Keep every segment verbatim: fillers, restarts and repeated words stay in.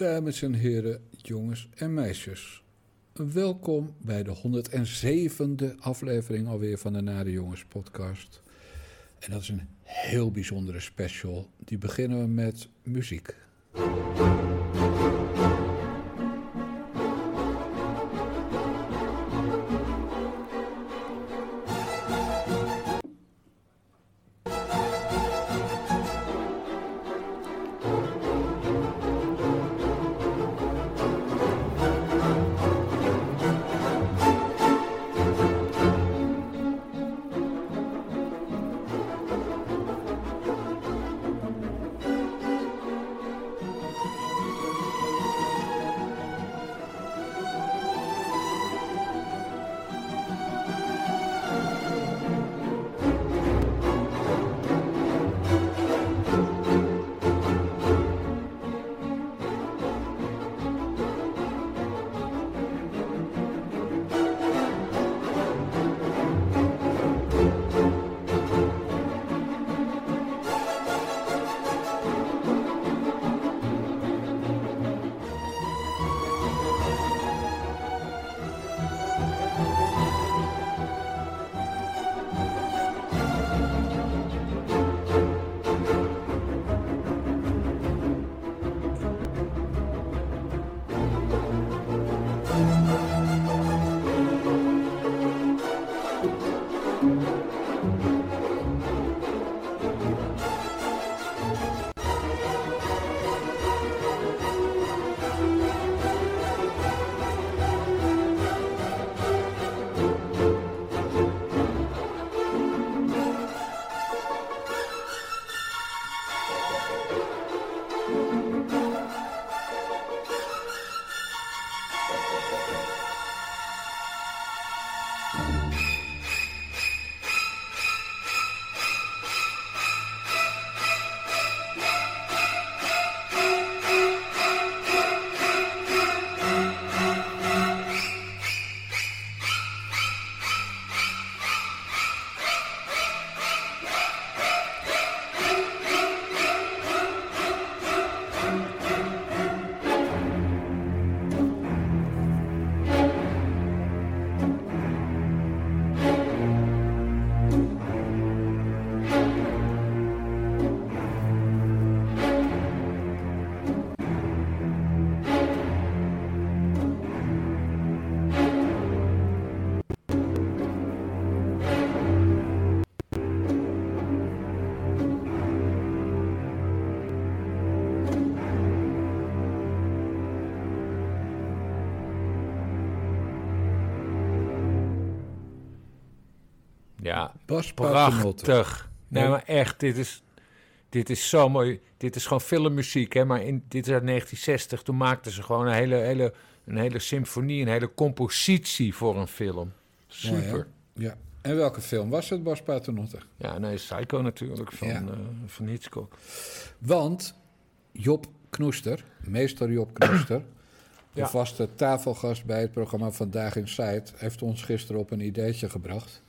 Dames en heren, jongens en meisjes. Welkom bij de honderdzevende aflevering alweer van de Nare Jongens podcast. En dat is een heel bijzondere special. Die beginnen we met muziek. Ja, Bas prachtig. Nee, maar echt, dit is, dit is zo mooi. Dit is gewoon filmmuziek, hè. Maar in, dit is uit negentien zestig. Toen maakten ze gewoon een hele, hele, een hele symfonie, een hele compositie voor een film. Super. Ja, ja. En welke film was het, Bas Paternotte? Ja, nee, Psycho natuurlijk, van, ja. uh, van Hitchcock. Want Job Knoester, meester Job Knoester... de ja. vaste tafelgast bij het programma Vandaag in Sight... heeft ons gisteren op een ideetje gebracht...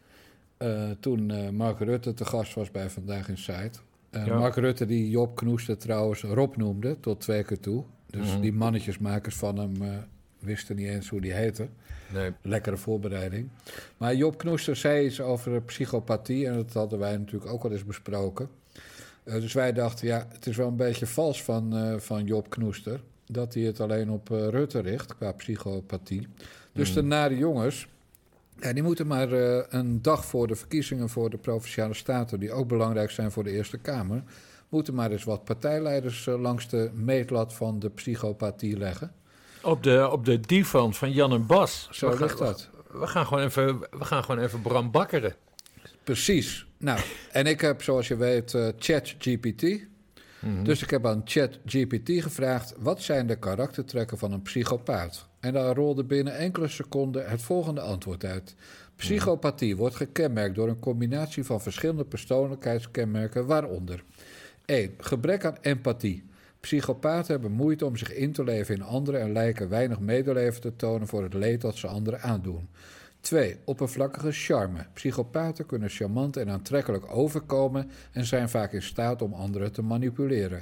Uh, toen uh, Mark Rutte te gast was bij Vandaag in Sight. Uh, ja. Mark Rutte die Job Knoester trouwens Rob noemde, tot twee keer toe. Dus mm-hmm. die mannetjesmakers van hem uh, wisten niet eens hoe die heette. Nee. Lekkere voorbereiding. Maar Job Knoester zei iets over psychopathie... en dat hadden wij natuurlijk ook al eens besproken. Uh, dus wij dachten, ja, het is wel een beetje vals van, uh, van Job Knoester... dat hij het alleen op uh, Rutte richt, qua psychopathie. Dus mm. de Nare Jongens... Ja, die moeten maar uh, een dag voor de verkiezingen voor de Provinciale Staten... die ook belangrijk zijn voor de Eerste Kamer... moeten maar eens wat partijleiders uh, langs de meetlat van de psychopathie leggen. Op de, op de divan van Jan en Bas. Zo we ligt gaan, dat. We, we, gaan gewoon even, we gaan gewoon even Bram bakkeren. Precies. Nou, en ik heb, zoals je weet, uh, ChatGPT. Mm-hmm. Dus ik heb aan ChatGPT gevraagd... wat zijn de karaktertrekken van een psychopaat? En daar rolde binnen enkele seconden het volgende antwoord uit. Psychopathie wordt gekenmerkt door een combinatie van verschillende persoonlijkheidskenmerken, waaronder één. Gebrek aan empathie. Psychopaten hebben moeite om zich in te leven in anderen en lijken weinig medeleven te tonen voor het leed dat ze anderen aandoen. twee. Oppervlakkige charme. Psychopaten kunnen charmant en aantrekkelijk overkomen en zijn vaak in staat om anderen te manipuleren.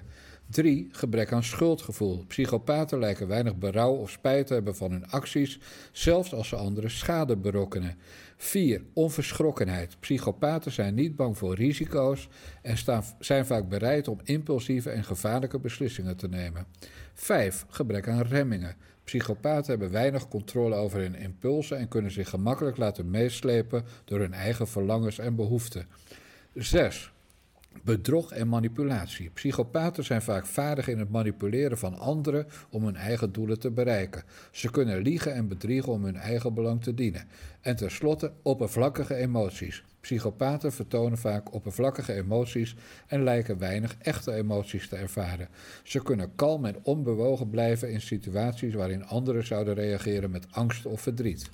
Drie, gebrek aan schuldgevoel. Psychopaten lijken weinig berouw of spijt te hebben van hun acties, zelfs als ze anderen schade berokkenen. Vier, onverschrokkenheid. Psychopaten zijn niet bang voor risico's en staan, zijn vaak bereid om impulsieve en gevaarlijke beslissingen te nemen. Vijf, gebrek aan remmingen. Psychopaten hebben weinig controle over hun impulsen en kunnen zich gemakkelijk laten meeslepen door hun eigen verlangens en behoeften. Zes, bedrog en manipulatie. Psychopaten zijn vaak vaardig in het manipuleren van anderen om hun eigen doelen te bereiken. Ze kunnen liegen en bedriegen om hun eigen belang te dienen. En tenslotte oppervlakkige emoties. Psychopaten vertonen vaak oppervlakkige emoties en lijken weinig echte emoties te ervaren. Ze kunnen kalm en onbewogen blijven in situaties waarin anderen zouden reageren met angst of verdriet.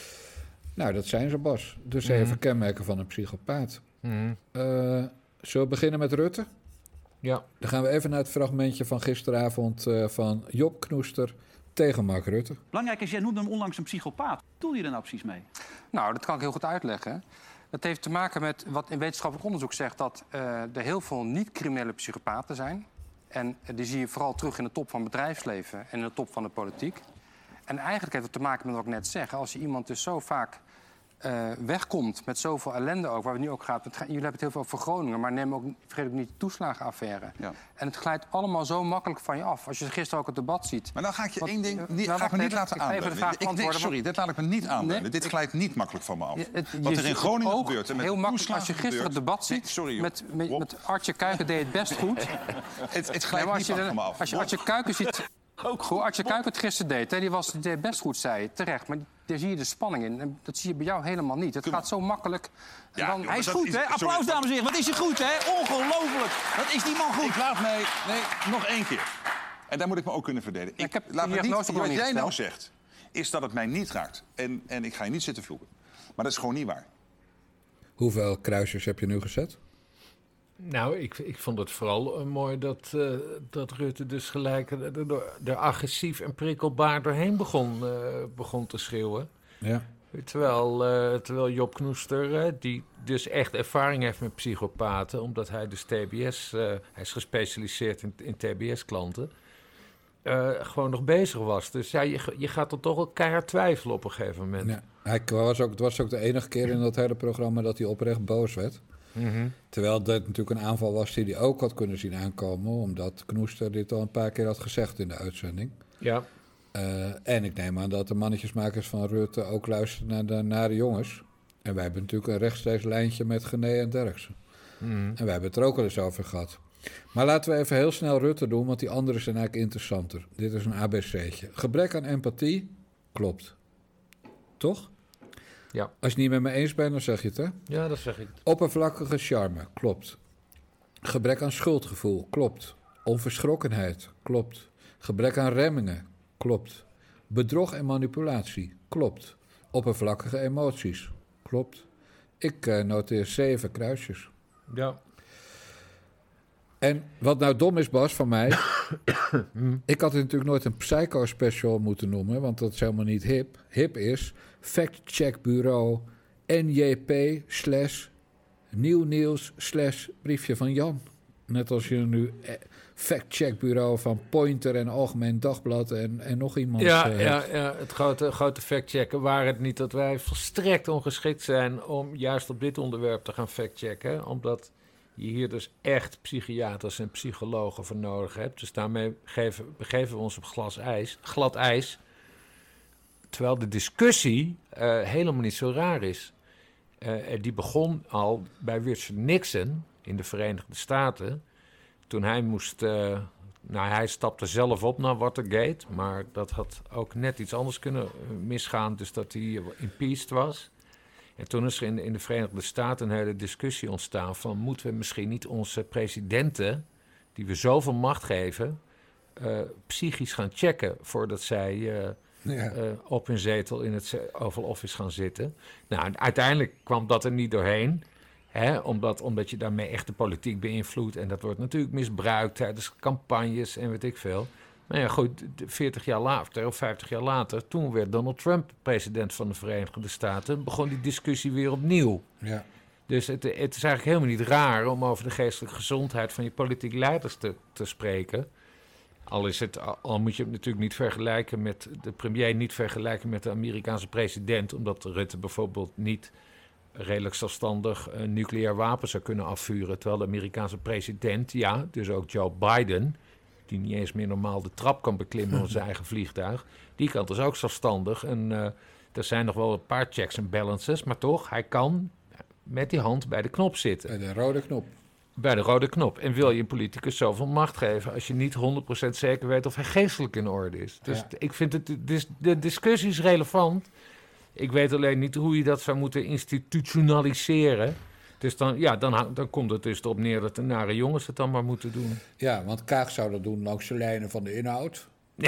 Nou, dat zijn ze, Bas. Dus Mhm. even kenmerken van een psychopaat. Mhm. Uh, Zullen we beginnen met Rutte? Ja. Dan gaan we even naar het fragmentje van gisteravond uh, van Job Knoester tegen Mark Rutte. Belangrijk is, jij noemde hem onlangs een psychopaat. Wat bedoel je er nou precies mee? Nou, dat kan ik heel goed uitleggen. Dat heeft te maken met wat in wetenschappelijk onderzoek zegt... dat uh, er heel veel niet-criminele psychopaten zijn. En uh, die zie je vooral terug in de top van het bedrijfsleven en in de top van de politiek. En eigenlijk heeft het te maken met wat ik net zeg. Als je iemand dus zo vaak uh, wegkomt met zoveel ellende ook, waar we nu ook gaan... Het, jullie hebben het heel veel over Groningen, maar neem ook, vergeet ook niet de toeslagenaffaire. Ja. En het glijdt allemaal zo makkelijk van je af. Als je gisteren ook het debat ziet... Maar dan ga ik je wat, één ding niet, nou, ga ik me niet laten ik even de vraag aanduiden. Ik, nee, sorry, dit laat ik me niet aanduiden. Nee, dit glijdt niet makkelijk van me af. Ja, het, wat er in Groningen ook gebeurt... En met heel makkelijk, als je gisteren het debat ziet... Nee, sorry, met, met, met Artje Kuiken deed het best goed. het, het glijdt nee, niet je, van me af. Als je Artje Kuiken ziet... Ook goed. Artje Kuiken het gisteren deed, hè, die was die deed best goed, zei je, terecht. Maar daar zie je de spanning in. En dat zie je bij jou helemaal niet. Het gaat zo makkelijk. Ja, dan, hij is goed, hè? Applaus, dames en heren. Wat is hij goed, hè? Ongelooflijk. Wat is die man goed? Ik laat mij... Nee, nog één keer. En daar moet ik me ook kunnen verdedigen. Ik, ik heb laat me niet, wat jij gesteld. nou zegt, is dat het mij niet raakt. En, en ik ga je niet zitten vloeken. Maar dat is gewoon niet waar. Hoeveel kruisjes heb je nu gezet? Nou, ik, ik vond het vooral uh, mooi dat, uh, dat Rutte dus gelijk er, er, er agressief en prikkelbaar doorheen begon, uh, begon te schreeuwen. Ja. Terwijl, uh, terwijl Job Knoester, uh, die dus echt ervaring heeft met psychopaten, omdat hij dus T B S, uh, hij is gespecialiseerd in, in T B S-klanten, uh, gewoon nog bezig was. Dus ja, je, je gaat er toch wel keihard twijfelen op een gegeven moment. Ja. Hij was ook, het was ook de enige keer in dat hele programma dat hij oprecht boos werd. Mm-hmm. Terwijl dit natuurlijk een aanval was die hij ook had kunnen zien aankomen, omdat Knoester dit al een paar keer had gezegd in de uitzending. Ja. Uh, en ik neem aan dat de mannetjesmakers van Rutte ook luisteren naar de nare jongens. En wij hebben natuurlijk een rechtstreeks lijntje met Genee en Derksen. Mm-hmm. En wij hebben het er ook al eens over gehad. Maar laten we even heel snel Rutte doen, want die anderen zijn eigenlijk interessanter. Dit is een A B C'tje. Gebrek aan empathie, klopt. Toch? Ja. Als je het niet met me eens bent, dan zeg je het, hè? Ja, dat zeg ik. Oppervlakkige charme, klopt. Gebrek aan schuldgevoel, klopt. Onverschrokkenheid, klopt. Gebrek aan remmingen, klopt. Bedrog en manipulatie, klopt. Oppervlakkige emoties, klopt. Ik uh, noteer zeven kruisjes. Ja. En wat nou dom is, Bas, van mij... ik had het natuurlijk nooit een psycho-special moeten noemen, want dat is helemaal niet hip. Hip is factcheckbureau N J P slash nieuw nieuws slash briefje van Jan. Net als je nu eh, factcheckbureau van Pointer en Algemeen Dagblad en, en nog iemand ja, uh, ja, ja, het grote, grote factchecken. Waar het niet dat wij volstrekt ongeschikt zijn om juist op dit onderwerp te gaan factchecken, omdat je hier dus echt psychiaters en psychologen voor nodig hebt. Dus daarmee geven, begeven we ons op glas ijs, glad ijs. Terwijl de discussie uh, helemaal niet zo raar is. Uh, die begon al bij Richard Nixon in de Verenigde Staten. Toen hij moest... Uh, nou, hij stapte zelf op naar Watergate. Maar dat had ook net iets anders kunnen misgaan. Dus dat hij impeached was. En toen is er in de, in de Verenigde Staten een hele discussie ontstaan van... moeten we misschien niet onze presidenten, die we zoveel macht geven... Uh, psychisch gaan checken voordat zij uh, ja. uh, op hun zetel in het Oval Office gaan zitten. Nou, uiteindelijk kwam dat er niet doorheen. Hè, omdat, omdat je daarmee echt de politiek beïnvloedt. En dat wordt natuurlijk misbruikt tijdens campagnes en weet ik veel. Maar ja, goed, veertig jaar later of vijftig jaar later... toen werd Donald Trump president van de Verenigde Staten... begon die discussie weer opnieuw. Ja. Dus het, het is eigenlijk helemaal niet raar om over de geestelijke gezondheid van je politieke leiders te, te spreken. Al, is het, al moet je het natuurlijk niet vergelijken met de premier, niet vergelijken met de Amerikaanse president, omdat Rutte bijvoorbeeld niet redelijk zelfstandig een nucleair wapen zou kunnen afvuren. Terwijl de Amerikaanse president, ja, dus ook Joe Biden, die niet eens meer normaal de trap kan beklimmen van zijn eigen vliegtuig, die kan dus ook zelfstandig. En uh, er zijn nog wel een paar checks en balances, maar toch, hij kan met die hand bij de knop zitten. Bij de rode knop. Bij de rode knop. En wil je een politicus zoveel macht geven als je niet honderd procent zeker weet of hij geestelijk in orde is. Dus ja. ik vind het, dus de discussie is relevant. Ik weet alleen niet hoe je dat zou moeten institutionaliseren. Dus dan, ja, dan, dan komt het dus erop neer dat de nare jongens het dan maar moeten doen. Ja, want Kaag zou dat doen langs de lijnen van de inhoud.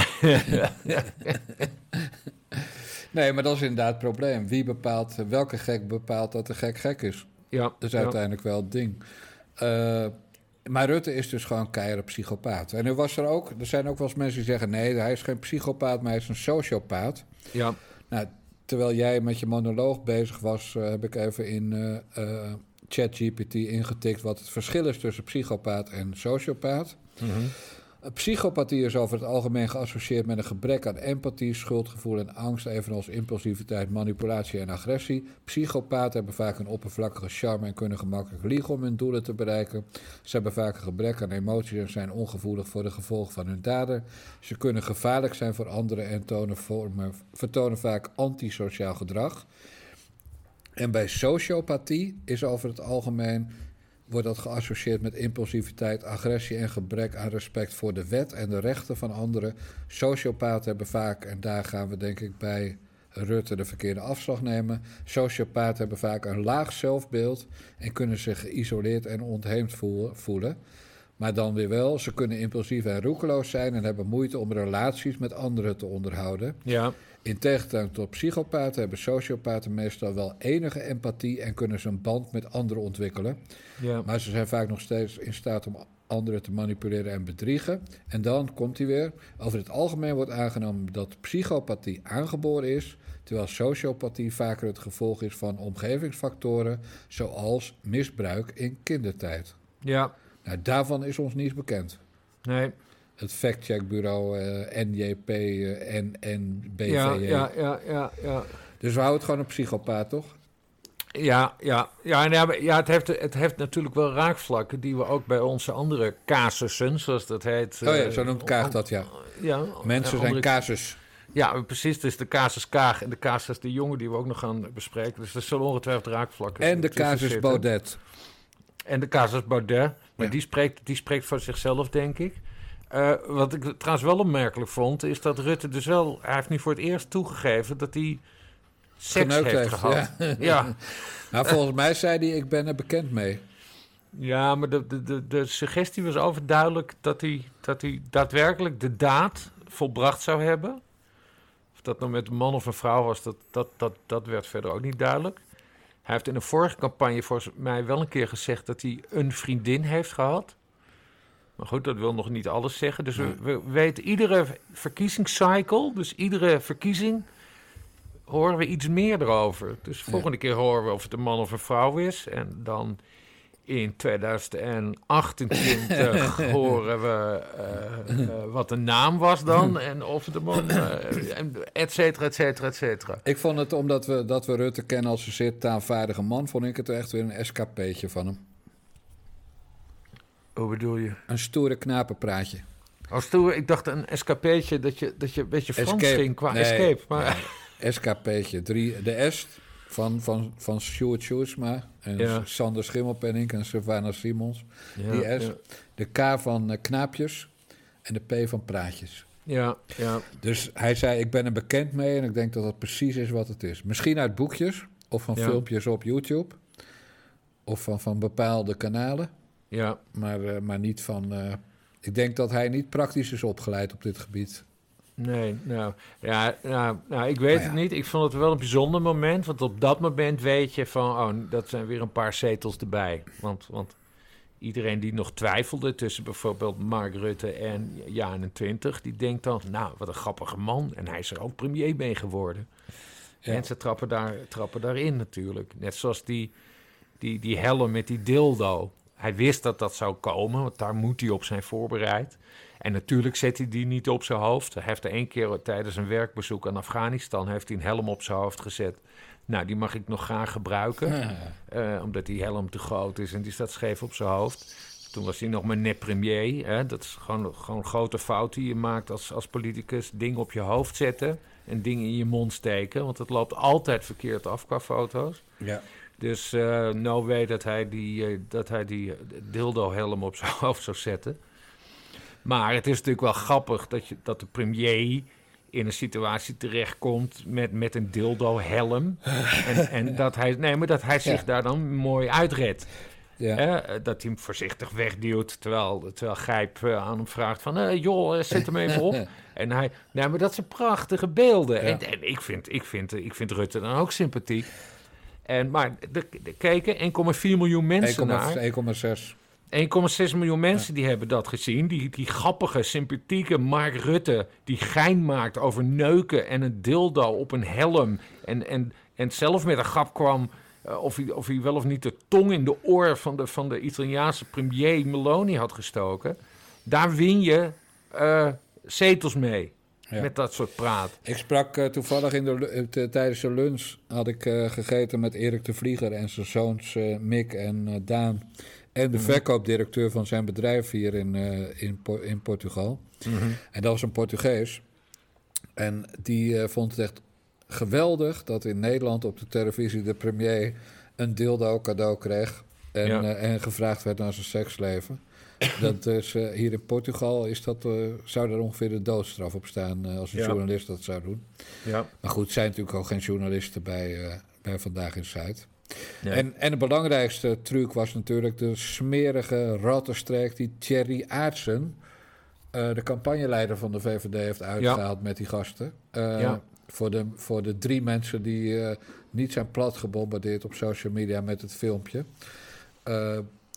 Nee, maar dat is inderdaad het probleem. Wie bepaalt, welke gek bepaalt dat de gek gek is? Ja, dat is ja. uiteindelijk wel het ding. Uh, maar Rutte is dus gewoon keiharde psychopaat. En er, was er, ook, er zijn ook wel eens mensen die zeggen, nee, hij is geen psychopaat, maar hij is een sociopaat. Ja. Nou, terwijl jij met je monoloog bezig was, uh, heb ik even in uh, uh, ChatGPT ingetikt wat het verschil is tussen psychopaat en sociopaat. Mm-hmm. Psychopathie is over het algemeen geassocieerd met een gebrek aan empathie, schuldgevoel en angst, evenals impulsiviteit, manipulatie en agressie. Psychopaten hebben vaak een oppervlakkige charme en kunnen gemakkelijk liegen om hun doelen te bereiken. Ze hebben vaak een gebrek aan emoties en zijn ongevoelig voor de gevolgen van hun daden. Ze kunnen gevaarlijk zijn voor anderen en tonen vormen, vertonen vaak antisociaal gedrag. En bij sociopathie is over het algemeen wordt dat geassocieerd met impulsiviteit, agressie en gebrek aan respect voor de wet en de rechten van anderen. Sociopaten hebben vaak, en daar gaan we denk ik bij Rutte de verkeerde afslag nemen, sociopaten hebben vaak een laag zelfbeeld en kunnen zich geïsoleerd en ontheemd voelen. Maar dan weer wel, ze kunnen impulsief en roekeloos zijn en hebben moeite om relaties met anderen te onderhouden. Ja. In tegenstelling tot psychopaten hebben sociopaten meestal wel enige empathie en kunnen ze een band met anderen ontwikkelen. Ja. Maar ze zijn vaak nog steeds in staat om anderen te manipuleren en bedriegen. En dan komt hij weer. Over het algemeen wordt aangenomen dat psychopathie aangeboren is, terwijl sociopathie vaker het gevolg is van omgevingsfactoren, zoals misbruik in kindertijd. Ja. Nou, daarvan is ons niets bekend. Nee. Het factcheckbureau uh, N J P uh, en N B V J. Ja, ja, ja, ja, ja. Dus we houden het gewoon een psychopaat, toch? Ja, ja, ja, ja, ja het, heeft, het heeft natuurlijk wel raakvlakken die we ook bij onze andere casussen, zoals dat heet. Oh ja, zo noemt Kaag dat, ja. ja Mensen zijn casus. Ja, precies. Dus de casus Kaag en de casus de Jonge die we ook nog gaan bespreken. Dus er zullen ongetwijfeld raakvlakken En de casus Baudet. En de casus Baudet. Maar ja. die, spreekt, die spreekt voor zichzelf, denk ik. Uh, wat ik trouwens wel opmerkelijk vond, is dat Rutte dus wel... Hij heeft nu voor het eerst toegegeven dat hij seks heeft, heeft gehad. Ja. ja. Nou, volgens mij zei hij, ik ben er bekend mee. Ja, maar de, de, de, de suggestie was overduidelijk dat hij, dat hij daadwerkelijk de daad volbracht zou hebben. Of dat nou met een man of een vrouw was, dat, dat, dat, dat werd verder ook niet duidelijk. Hij heeft in een vorige campagne volgens mij wel een keer gezegd dat hij een vriendin heeft gehad. Maar goed, dat wil nog niet alles zeggen. Dus we, we weten iedere verkiezingscycle, dus iedere verkiezing, horen we iets meer erover. Dus de volgende ja. keer horen we of het een man of een vrouw is. En dan in tweeduizend achtentwintig horen we uh, uh, wat de naam was dan. En of het een man, uh, et cetera, et cetera, et cetera. Ik vond het, omdat we, dat we Rutte kennen als een zeer taalvaardige man, vond ik het echt weer een S K P'tje van hem. Hoe bedoel je? Een stoere knapenpraatje. Oh, stoer, ik dacht een S K P'tje dat je, dat je een beetje Frans escape. ging qua nee, escape. Maar... Nee, S K P'tje. Drie, de S van, van, van Sjoerd Sjoerdsma en ja. Sander Schimmelpenninck en Sylvana Simons. Ja, die S. Ja. De K van uh, knaapjes en de P van praatjes. Ja, ja. Dus hij zei, ik ben er bekend mee en ik denk dat dat precies is wat het is. Misschien uit boekjes of van ja. filmpjes op YouTube of van, van bepaalde kanalen. Ja. Maar, uh, maar niet van... Uh, ik denk dat hij niet praktisch is opgeleid op dit gebied. Nee, nou, ja, nou, nou ik weet ja. het niet. Ik vond het wel een bijzonder moment. Want op dat moment weet je van... oh, dat zijn weer een paar zetels erbij. Want, want iedereen die nog twijfelde tussen bijvoorbeeld Mark Rutte en Jan eenentwintig... die denkt dan, nou, wat een grappige man. En hij is er ook premier mee geworden. Ja. Mensen trappen, daar, trappen daarin natuurlijk. Net zoals die... die, die helm met die dildo. Hij wist dat dat zou komen, want daar moet hij op zijn voorbereid. En natuurlijk zet hij die niet op zijn hoofd. Hij heeft er één keer tijdens een werkbezoek aan Afghanistan... heeft hij een helm op zijn hoofd gezet. Nou, die mag ik nog graag gebruiken. Ja. Uh, omdat die helm te groot is en die staat scheef op zijn hoofd. Toen was hij nog maar net premier. Hè? Dat is gewoon, gewoon een grote fout die je maakt als, als politicus. Dingen op je hoofd zetten en dingen in je mond steken. Want het loopt altijd verkeerd af qua foto's. Ja. Dus uh, no way dat hij die, uh, dat hij die dildo-helm op zijn hoofd zou zetten. Maar het is natuurlijk wel grappig dat, je, dat de premier in een situatie terechtkomt met, met een dildo-helm. en, en dat hij, nee, maar dat hij zich ja. daar dan mooi uitredt. Ja. Eh, dat hij hem voorzichtig wegduwt, terwijl, terwijl Gijp uh, aan hem vraagt van... Uh, joh, uh, zet hem even op. En hij... Nee, maar dat zijn prachtige beelden. Ja. En, en ik, vind, ik, vind, ik vind Rutte dan ook sympathiek. En, maar er keken één komma vier miljoen mensen naar. één komma zes. één komma zes miljoen mensen ja. die hebben dat gezien. Die, die grappige, sympathieke Mark Rutte... die gein maakt over neuken en een dildo op een helm... en, en, en zelf met een grap kwam... Uh, of, hij, of hij wel of niet de tong in de oor van de, van de Italiaanse premier Meloni had gestoken... daar win je uh, zetels mee. Ja. Met dat soort praat. Ik sprak uh, toevallig in de, uh, tijdens de lunch... had ik uh, gegeten met Erik de Vlieger en zijn zoons uh, Mick en uh, Daan... en de mm-hmm. verkoopdirecteur van zijn bedrijf hier in, uh, in, Por- in Portugal. Mm-hmm. En dat was een Portugees. En die uh, vond het echt geweldig... dat in Nederland op de televisie de premier... een dildo cadeau kreeg... en, ja. uh, en gevraagd werd naar zijn seksleven... Dat is, uh, hier in Portugal is dat, uh, zou er ongeveer de doodstraf op staan uh, als een ja. journalist dat zou doen. Ja. Maar goed, er zijn natuurlijk ook geen journalisten bij, uh, bij Vandaag in Zuid. Nee. En, en de belangrijkste truc was natuurlijk de smerige rattenstreek die Thierry Aartsen, uh, de campagneleider van de V V D, heeft uitgehaald ja. met die gasten. Uh, ja. voor, de, voor de drie mensen die uh, niet zijn plat gebombardeerd op social media met het filmpje. Uh,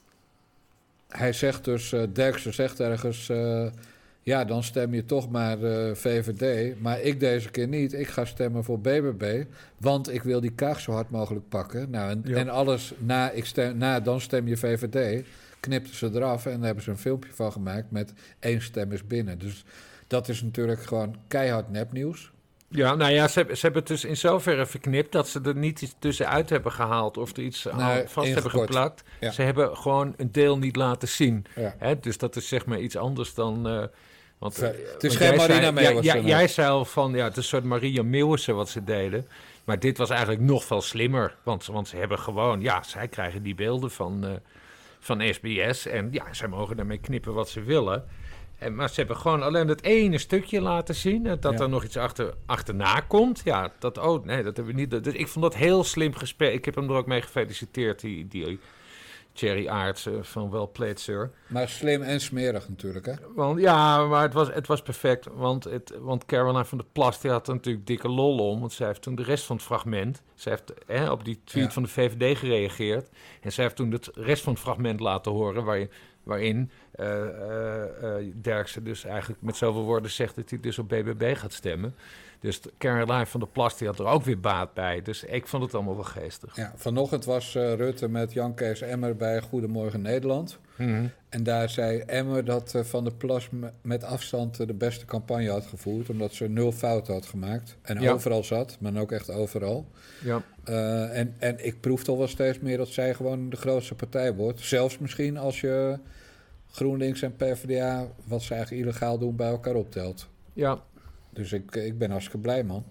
Hij zegt dus, uh, Derksen zegt ergens... Uh, ja, dan stem je toch maar uh, V V D. Maar ik deze keer niet. Ik ga stemmen voor B B B. Want ik wil die kaag zo hard mogelijk pakken. Nou, en, ja. en alles na, ik stem, na dan stem je V V D... knipten ze eraf en daar hebben ze een filmpje van gemaakt... met één stem is binnen. Dus dat is natuurlijk gewoon keihard nepnieuws. Ja, nou ja, ze, ze hebben het dus in zoverre verknipt... dat ze er niet iets tussenuit hebben gehaald... of er iets nee, vast ingekort. hebben geplakt. Ja. Ze hebben gewoon een deel niet laten zien. Ja. Hè? Dus dat is zeg maar iets anders dan... Uh, want, het is want geen Marina Meeuwissen. Ja, ja, jij zei al van, ja, het is een soort Maria Meeuwissen wat ze deden. Maar dit was eigenlijk nog veel slimmer. Want, want ze hebben gewoon... Ja, zij krijgen die beelden van, uh, van S B S. En ja, zij mogen daarmee knippen wat ze willen... En, maar ze hebben gewoon alleen dat ene stukje laten zien... dat ja. er nog iets achter, achterna komt. Ja, dat, oh, nee, dat hebben we niet... Dus ik vond dat heel slim gesprek. Ik heb hem er ook mee gefeliciteerd, die, die Thierry Aartsen van Well Played Sir. Maar slim en smerig natuurlijk, hè? Want, ja, maar het was, het was perfect. Want, het, want Caroline van der Plas die had er natuurlijk dikke lol om... want zij heeft toen de rest van het fragment... zij heeft hè, op die tweet ja. van de V V D gereageerd... en zij heeft toen de rest van het fragment laten horen... waar je... waarin uh, uh, uh, Derksen dus eigenlijk met zoveel woorden zegt... dat hij dus op B B B gaat stemmen. Dus Caroline van der Plas die had er ook weer baat bij. Dus ik vond het allemaal wel geestig. Ja, vanochtend was uh, Rutte met Jan Kees Emmer bij Goedemorgen Nederland. Mm-hmm. En daar zei Emmer dat uh, Van der Plas m- met afstand uh, de beste campagne had gevoerd... omdat ze nul fouten had gemaakt. En ja. overal zat, maar ook echt overal. Ja. Uh, en, en ik proef toch wel steeds meer dat zij gewoon de grootste partij wordt. Zelfs misschien als je GroenLinks en PvdA... wat ze eigenlijk illegaal doen, bij elkaar optelt. Ja. Dus ik, ik ben hartstikke blij, man.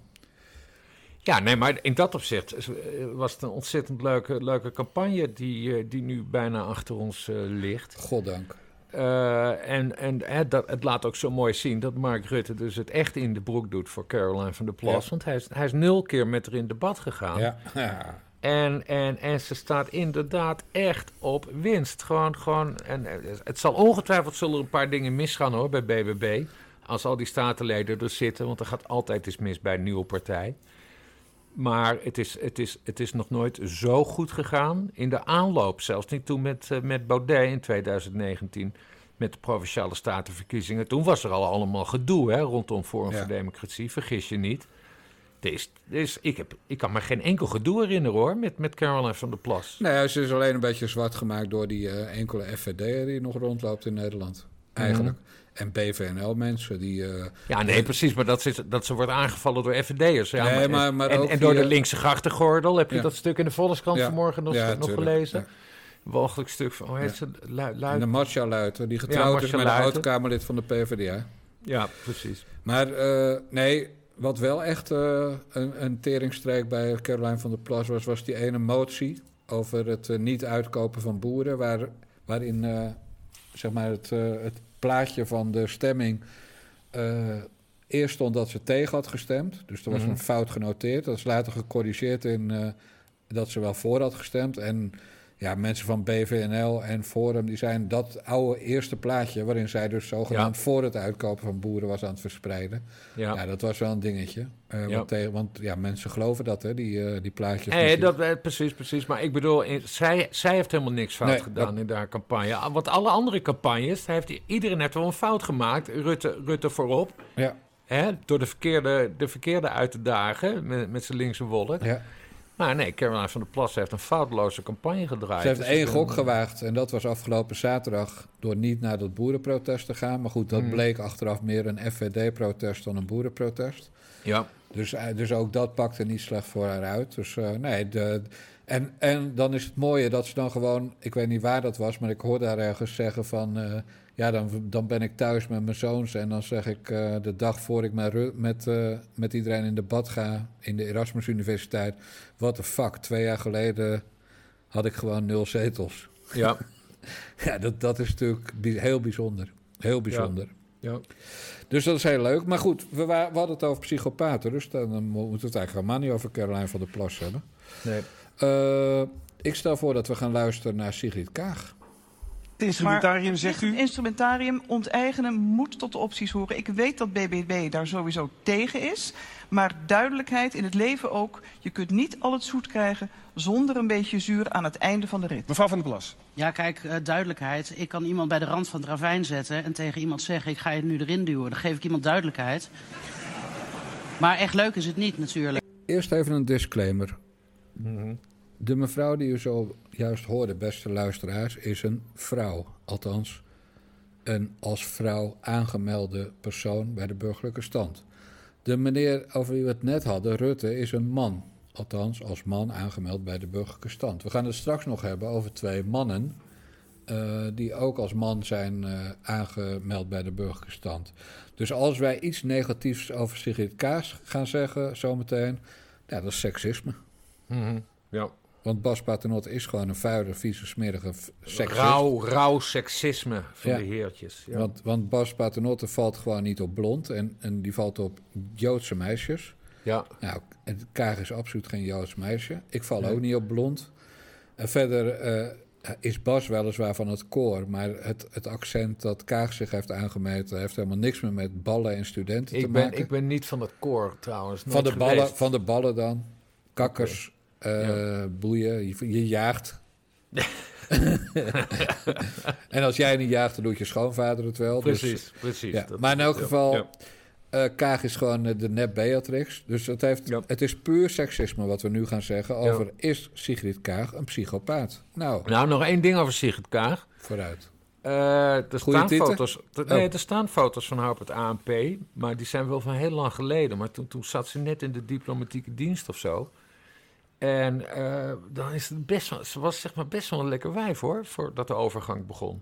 Ja, nee, maar in dat opzicht was het een ontzettend leuke, leuke campagne... die, die nu bijna achter ons uh, ligt. Goddank. Uh, en en hè, dat, het laat ook zo mooi zien dat Mark Rutte dus het echt in de broek doet... voor Caroline van der Plas. Ja. Want hij is, hij is nul keer met haar in debat gegaan. Ja. Ja. En, en, en ze staat inderdaad echt op winst. Gewoon, gewoon, en het zal ongetwijfeld zullen er een paar dingen misgaan hoor, bij B B B... als al die statenleden er zitten, want er gaat altijd iets mis bij een nieuwe partij. Maar het is, het is, het is nog nooit zo goed gegaan in de aanloop. Zelfs niet toen met, uh, met Baudet in twintig negentien, met de Provinciale Statenverkiezingen. Toen was er al allemaal gedoe hè, rondom Forum ja. voor Democratie, vergis je niet. Is, is, ik, heb, ik kan me geen enkel gedoe herinneren, hoor, met, met Caroline van der Plas. Nee, ze is alleen een beetje zwart gemaakt door die uh, enkele F V D'er die nog rondloopt in Nederland. Eigenlijk. Mm. En B V N L-mensen die... Uh, ja, nee, precies. Maar dat, is, dat ze wordt aangevallen door F V D'ers. Ja, nee, maar, maar en, ook en door die, de linkse grachtengordel. Heb je ja. dat stuk in de Volkskrant ja. vanmorgen nog, ja, nog gelezen? Ja. Walgelijk stuk van... Hoe heet ja. ze? Lu- Lu- en de Marcia Luiter, die getrouwd ja, is met een oud-Kamerlid van de P V D A. Ja, precies. Maar uh, nee, wat wel echt uh, een, een teringstreek bij Caroline van der Plas was... was die ene motie over het uh, niet uitkopen van boeren... Waar, waarin uh, zeg maar het... Uh, het plaatje van de stemming uh, eerst stond dat ze tegen had gestemd. Dus er was mm-hmm. een fout genoteerd. Dat is later gecorrigeerd in uh, dat ze wel voor had gestemd. En ja, mensen van B V N L en Forum... die zijn dat oude eerste plaatje... waarin zij dus zogenaamd ja. voor het uitkopen van boeren was aan het verspreiden. Ja, ja dat was wel een dingetje. Uh, ja. Want, tegen, want ja, mensen geloven dat, hè, die, uh, die plaatjes. Nee, dat, uh, precies, precies. Maar ik bedoel, in, zij, zij heeft helemaal niks fout nee, gedaan dat... in haar campagne. Want alle andere campagnes, heeft, iedereen heeft wel een fout gemaakt. Rutte, Rutte voorop. Ja. Hè, door de verkeerde, de verkeerde uit te dagen met, met zijn linkse wolk. Ja. Maar nee, Caroline van der Plas heeft een foutloze campagne gedraaid. Ze heeft dus één gok gewaagd en dat was afgelopen zaterdag... door niet naar dat boerenprotest te gaan. Maar goed, dat hmm. bleek achteraf meer een F V D-protest dan een boerenprotest. Ja. Dus, dus ook dat pakte niet slecht voor haar uit. Dus uh, nee, de, en, en dan is het mooie dat ze dan gewoon... ik weet niet waar dat was, maar ik hoorde haar ergens zeggen van... Uh, ja, dan, dan ben ik thuis met mijn zoons... en dan zeg ik uh, de dag voor ik met, met, uh, met iedereen in debat ga... in de Erasmus Universiteit... what the fuck, twee jaar geleden had ik gewoon nul zetels. Ja. ja, dat, dat is natuurlijk heel bijzonder. Heel bijzonder. Ja. Ja. Dus dat is heel leuk. Maar goed, we, we hadden het over psychopaten... dus dan, dan moeten we het eigenlijk helemaal niet over Caroline van der Plas hebben. Nee. Uh, ik stel voor dat we gaan luisteren naar Sigrid Kaag. Het instrumentarium, zegt u? Het instrumentarium onteigenen moet tot de opties horen. Ik weet dat B B B daar sowieso tegen is. Maar duidelijkheid in het leven ook. Je kunt niet al het zoet krijgen zonder een beetje zuur aan het einde van de rit. Mevrouw van der Plas. Ja, kijk, uh, duidelijkheid. Ik kan iemand bij de rand van het ravijn zetten... en tegen iemand zeggen, ik ga je nu erin duwen. Dan geef ik iemand duidelijkheid. Maar echt leuk is het niet, natuurlijk. Eerst even een disclaimer. Mm-hmm. De mevrouw die u zo juist hoorde, beste luisteraars, is een vrouw. Althans, een als vrouw aangemelde persoon bij de burgerlijke stand. De meneer over wie we het net hadden, Rutte, is een man. Althans, als man aangemeld bij de burgerlijke stand. We gaan het straks nog hebben over twee mannen... Uh, die ook als man zijn uh, aangemeld bij de burgerlijke stand. Dus als wij iets negatiefs over Sigrid Kaag gaan zeggen zometeen... ja, dat is seksisme. Mm-hmm. Ja. Want Bas Paternotte is gewoon een vuile, vieze, smerige seksist. Rauw, rauw seksisme van ja. de heertjes. Ja. Want, want Bas Paternotte valt gewoon niet op blond... en, en die valt op Joodse meisjes. Ja. Nou, Kaag is absoluut geen Joods meisje. Ik val nee. ook niet op blond. En verder uh, is Bas weliswaar van het koor... maar het, het accent dat Kaag zich heeft aangemeten... heeft helemaal niks meer met ballen en studenten ik te ben, maken. Ik ben niet van het koor trouwens. Van de, ballen, van de ballen dan. Kakkers... Okay. Uh, ja. Boeien, je, je jaagt. En als jij niet jaagt, dan doet je schoonvader het wel. Precies, dus, precies. Ja. Maar in elk geval, ja. uh, Kaag is gewoon uh, de nep Beatrix. Dus het, heeft, ja. het is puur seksisme wat we nu gaan zeggen over... Ja. is Sigrid Kaag een psychopaat? Nou, nou, nog één ding over Sigrid Kaag. Vooruit. Uh, er, staan foto's, t- nee, er staan foto's van haar op het A N P... maar die zijn wel van heel lang geleden. Maar toen, toen zat ze net in de diplomatieke dienst of zo... En uh, dan is het best wel, ze was zeg maar best wel een lekker wijf hoor, voordat de overgang begon.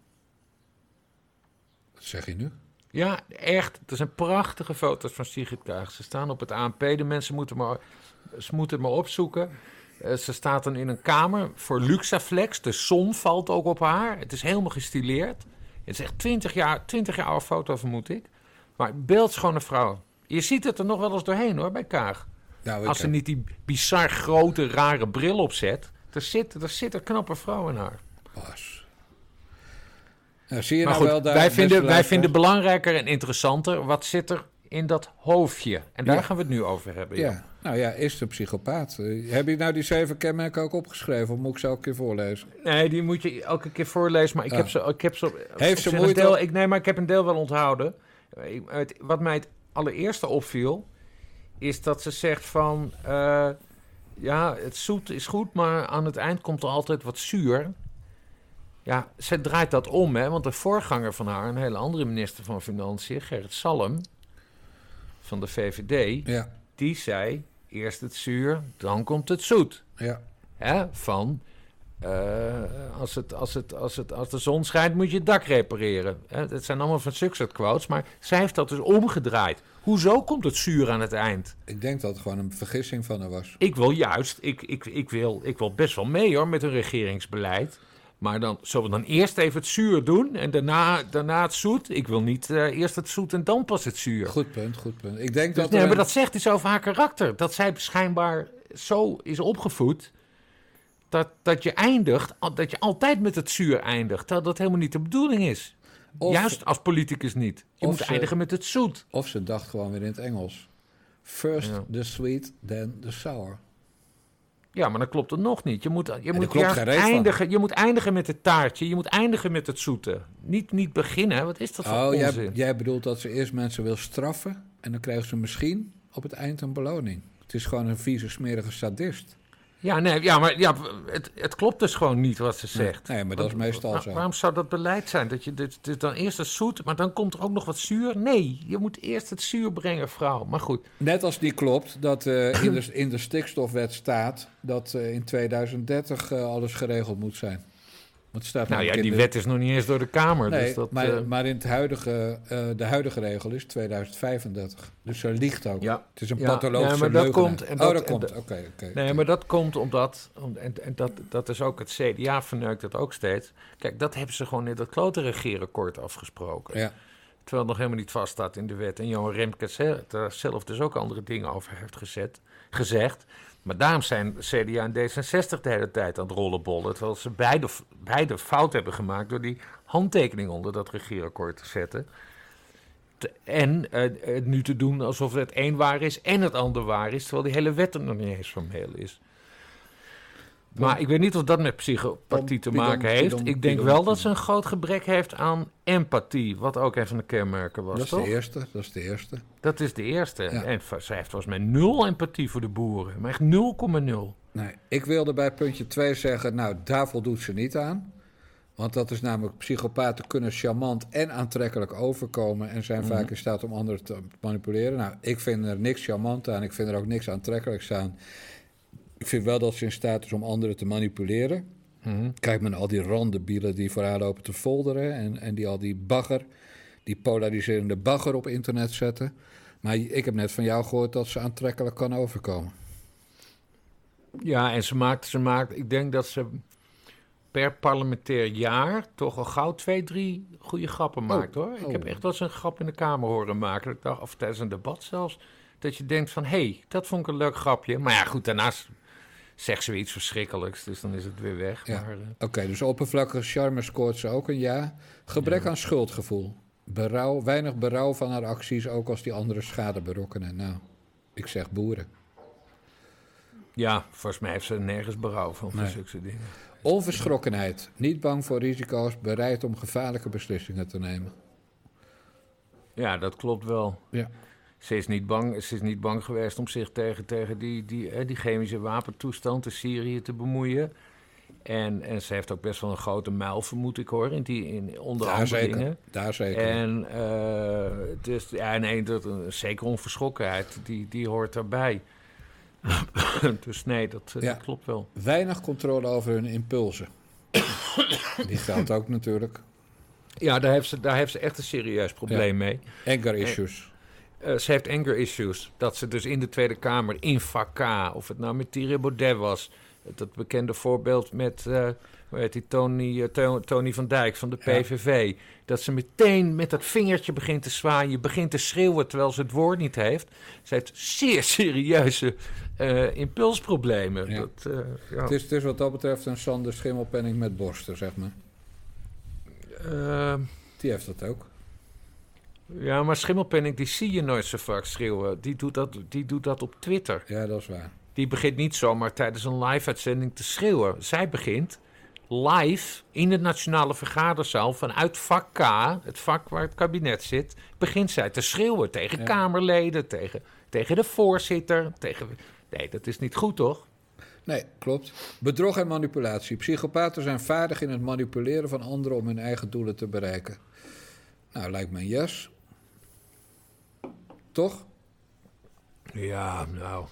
Wat zeg je nu? Ja, echt. Er zijn prachtige foto's van Sigrid Kaag. Ze staan op het A N P, de mensen moeten maar, ze moeten het maar opzoeken. Uh, ze staat dan in een kamer voor Luxaflex. De zon valt ook op haar. Het is helemaal gestileerd. Het is echt twintig jaar, twintig jaar oude foto vermoed ik. Maar beeldschone vrouw. Je ziet het er nog wel eens doorheen hoor, bij Kaag. Nou, als ze niet die bizar grote, rare bril opzet. Er zit, er zit een knappe vrouw in haar. Bas. Nou, zie je maar nou goed, wel daar wij, vinden, wij vinden belangrijker en interessanter... wat zit er in dat hoofdje. En daar ja. gaan we het nu over hebben. Ja. Ja. Nou ja, is het een psychopaat? Uh, heb je nou die zeven kenmerken ook opgeschreven? Of moet ik ze elke keer voorlezen? Nee, die moet je elke keer voorlezen. Maar ik oh. heb ze... Ik heb ze Heeft ze moeite? Deel, ik, nee, maar ik heb een deel wel onthouden. Ik, het, wat mij het allereerste opviel... is dat ze zegt van... Uh, ja, het zoet is goed, maar aan het eind komt er altijd wat zuur. Ja, ze draait dat om, hè. Want de voorganger van haar, een hele andere minister van Financiën... Gerrit Salm, van de V V D... Ja. Die zei, eerst het zuur, dan komt het zoet. Ja. Hè, van... Uh, als, het, als, het, als, het, als de zon schijnt, moet je het dak repareren. Hè? Dat zijn allemaal van succes quotes, maar zij heeft dat dus omgedraaid. Hoezo komt het zuur aan het eind? Ik denk dat het gewoon een vergissing van haar was. Ik wil juist, ik, ik, ik, wil, ik wil best wel mee hoor met een regeringsbeleid. Maar dan zullen we dan eerst even het zuur doen en daarna, daarna het zoet. Ik wil niet uh, eerst het zoet en dan pas het zuur. Goed punt, goed punt. Ik denk dus, dat nee, een... maar dat zegt iets over haar karakter. Dat zij schijnbaar zo is opgevoed... Dat, dat je eindigt, dat je altijd met het zuur eindigt. Dat dat helemaal niet de bedoeling is. Of, Juist als politicus niet. Je moet ze, eindigen met het zoet. Of ze dacht gewoon weer in het Engels. First ja. the sweet, then the sour. Ja, maar dan klopt het nog niet. Je moet, je moet, juist eindigen, je moet eindigen met het taartje. Je moet eindigen met het zoete. Niet, niet beginnen. Wat is dat voor oh, onzin? Jij, jij bedoelt dat ze eerst mensen wil straffen... en dan krijgen ze misschien op het eind een beloning. Het is gewoon een vieze, smerige sadist. Ja, nee, ja, maar ja, het, het klopt dus gewoon niet wat ze zegt. Nee, maar dat is meestal Waar, zo. Waarom zou dat beleid zijn? Dat je dit, dit dan eerst het zoet, maar dan komt er ook nog wat zuur? Nee, je moet eerst het zuur brengen, vrouw. Maar goed. Net als die klopt dat uh, in, de, in de stikstofwet staat... dat uh, in tweeduizend dertig uh, alles geregeld moet zijn. Want staat nou ja, die de... wet is nog niet eens door de Kamer. Nee, dus dat, maar, uh... maar in het huidige, uh, de huidige regel is tweeduizend vijfendertig. Dus ze liegt ook. Ja. Het is een ja, pathologische ja, maar dat leugenaar. komt, en dat, dat, oh, dat komt. Oké. Okay, okay, nee, okay. maar dat komt omdat... Om, en en dat, dat is ook het C D A verneukt dat ook steeds. Kijk, dat hebben ze gewoon in dat klote regeerakkoord afgesproken. Ja. Terwijl het nog helemaal niet vaststaat in de wet. En Johan Remkes daar zelf dus ook andere dingen over heeft gezet, gezegd. Maar daarom zijn C D A en D zesenzestig de hele tijd aan het rollenbollen. Terwijl ze beide, beide fout hebben gemaakt door die handtekening onder dat regeerakkoord te zetten. Te, en uh, het nu te doen alsof het een waar is en het ander waar is. Terwijl die hele wet er nog niet eens formeel is. Maar ik weet niet of dat met psychopathie te maken heeft. Ik denk wel dat ze een groot gebrek heeft aan empathie. Wat ook een van de kenmerken was, dat is toch? De eerste, dat is de eerste. Dat is de eerste. Ja. En zij heeft volgens mij nul empathie voor de boeren. Maar echt nul komma nul. Nee, ik wilde bij puntje twee zeggen... nou, daar voldoet ze niet aan. Want dat is namelijk... psychopaten kunnen charmant en aantrekkelijk overkomen... en zijn mm-hmm. vaak in staat om anderen te manipuleren. Nou, ik vind er niks charmant aan. Ik vind er ook niks aantrekkelijks aan... Ik vind wel dat ze in staat is om anderen te manipuleren. Mm-hmm. Kijk maar naar al die randebielen die voor haar lopen te folderen... En, en die al die bagger, die polariserende bagger op internet zetten. Maar ik heb net van jou gehoord dat ze aantrekkelijk kan overkomen. Ja, en ze maakt, ze maakt... Ik denk dat ze per parlementair jaar toch al gauw twee, drie goede grappen maakt, hoor. Ik oh. heb echt wel eens een grap in de Kamer horen maken. Ik dacht, of tijdens een debat zelfs... dat je denkt van, hé, hey, dat vond ik een leuk grapje. Maar ja, goed, daarnaast... zegt ze weer iets verschrikkelijks, dus dan is het weer weg. Ja. Uh... Oké, okay, dus oppervlakkige charme scoort ze ook een ja. Gebrek ja. aan schuldgevoel. Berouw, weinig berouw van haar acties, ook als die andere schade berokkenen. Nou, ik zeg boeren. Ja, volgens mij heeft ze nergens berouw van, van nee. zulke dingen. Onverschrokkenheid. Niet bang voor risico's, bereid om gevaarlijke beslissingen te nemen. Ja, dat klopt wel. Ja. Ze is niet bang, ze is niet bang geweest om zich tegen, tegen die, die, die chemische wapentoestand in Syrië te bemoeien. En, en ze heeft ook best wel een grote muil, vermoed ik hoor, in die, in, onder daar andere zeker, dingen. Daar zeker. En uh, dus, ja, nee, dat, zeker onverschrokkenheid, die, die hoort daarbij. Dus nee, dat, ja. dat klopt wel. Weinig controle over hun impulsen. Die geldt ook natuurlijk. Ja, daar heeft ze, daar heeft ze echt een serieus probleem ja. mee. Anger issues. Uh, ze heeft anger issues. Dat ze dus in de Tweede Kamer, in Vakka, of het nou met Thierry Baudet was... dat bekende voorbeeld met uh, hoe heet die, Tony, uh, Tony van Dijk van de P V V... Ja. Dat ze meteen met dat vingertje begint te zwaaien... begint te schreeuwen terwijl ze het woord niet heeft. Ze heeft zeer serieuze uh, impulsproblemen. Ja. Dat, uh, ja. het, is, het is wat dat betreft een Sander Schimmelpenninck met borsten, zeg maar. Uh, die heeft dat ook. Ja, maar Schimmelpenninck, die zie je nooit zo vaak schreeuwen. Die doet dat, die doet dat op Twitter. Ja, dat is waar. Die begint niet zomaar tijdens een live-uitzending te schreeuwen. Zij begint live in de Nationale Vergaderzaal vanuit vak K, het vak waar het kabinet zit, begint zij te schreeuwen tegen ja. Kamerleden, tegen, tegen de voorzitter. Tegen... Nee, dat is niet goed, toch? Nee, klopt. Bedrog en manipulatie. Psychopaten zijn vaardig in het manipuleren van anderen om hun eigen doelen te bereiken. Nou, lijkt me een yes. Toch? Ja, nou...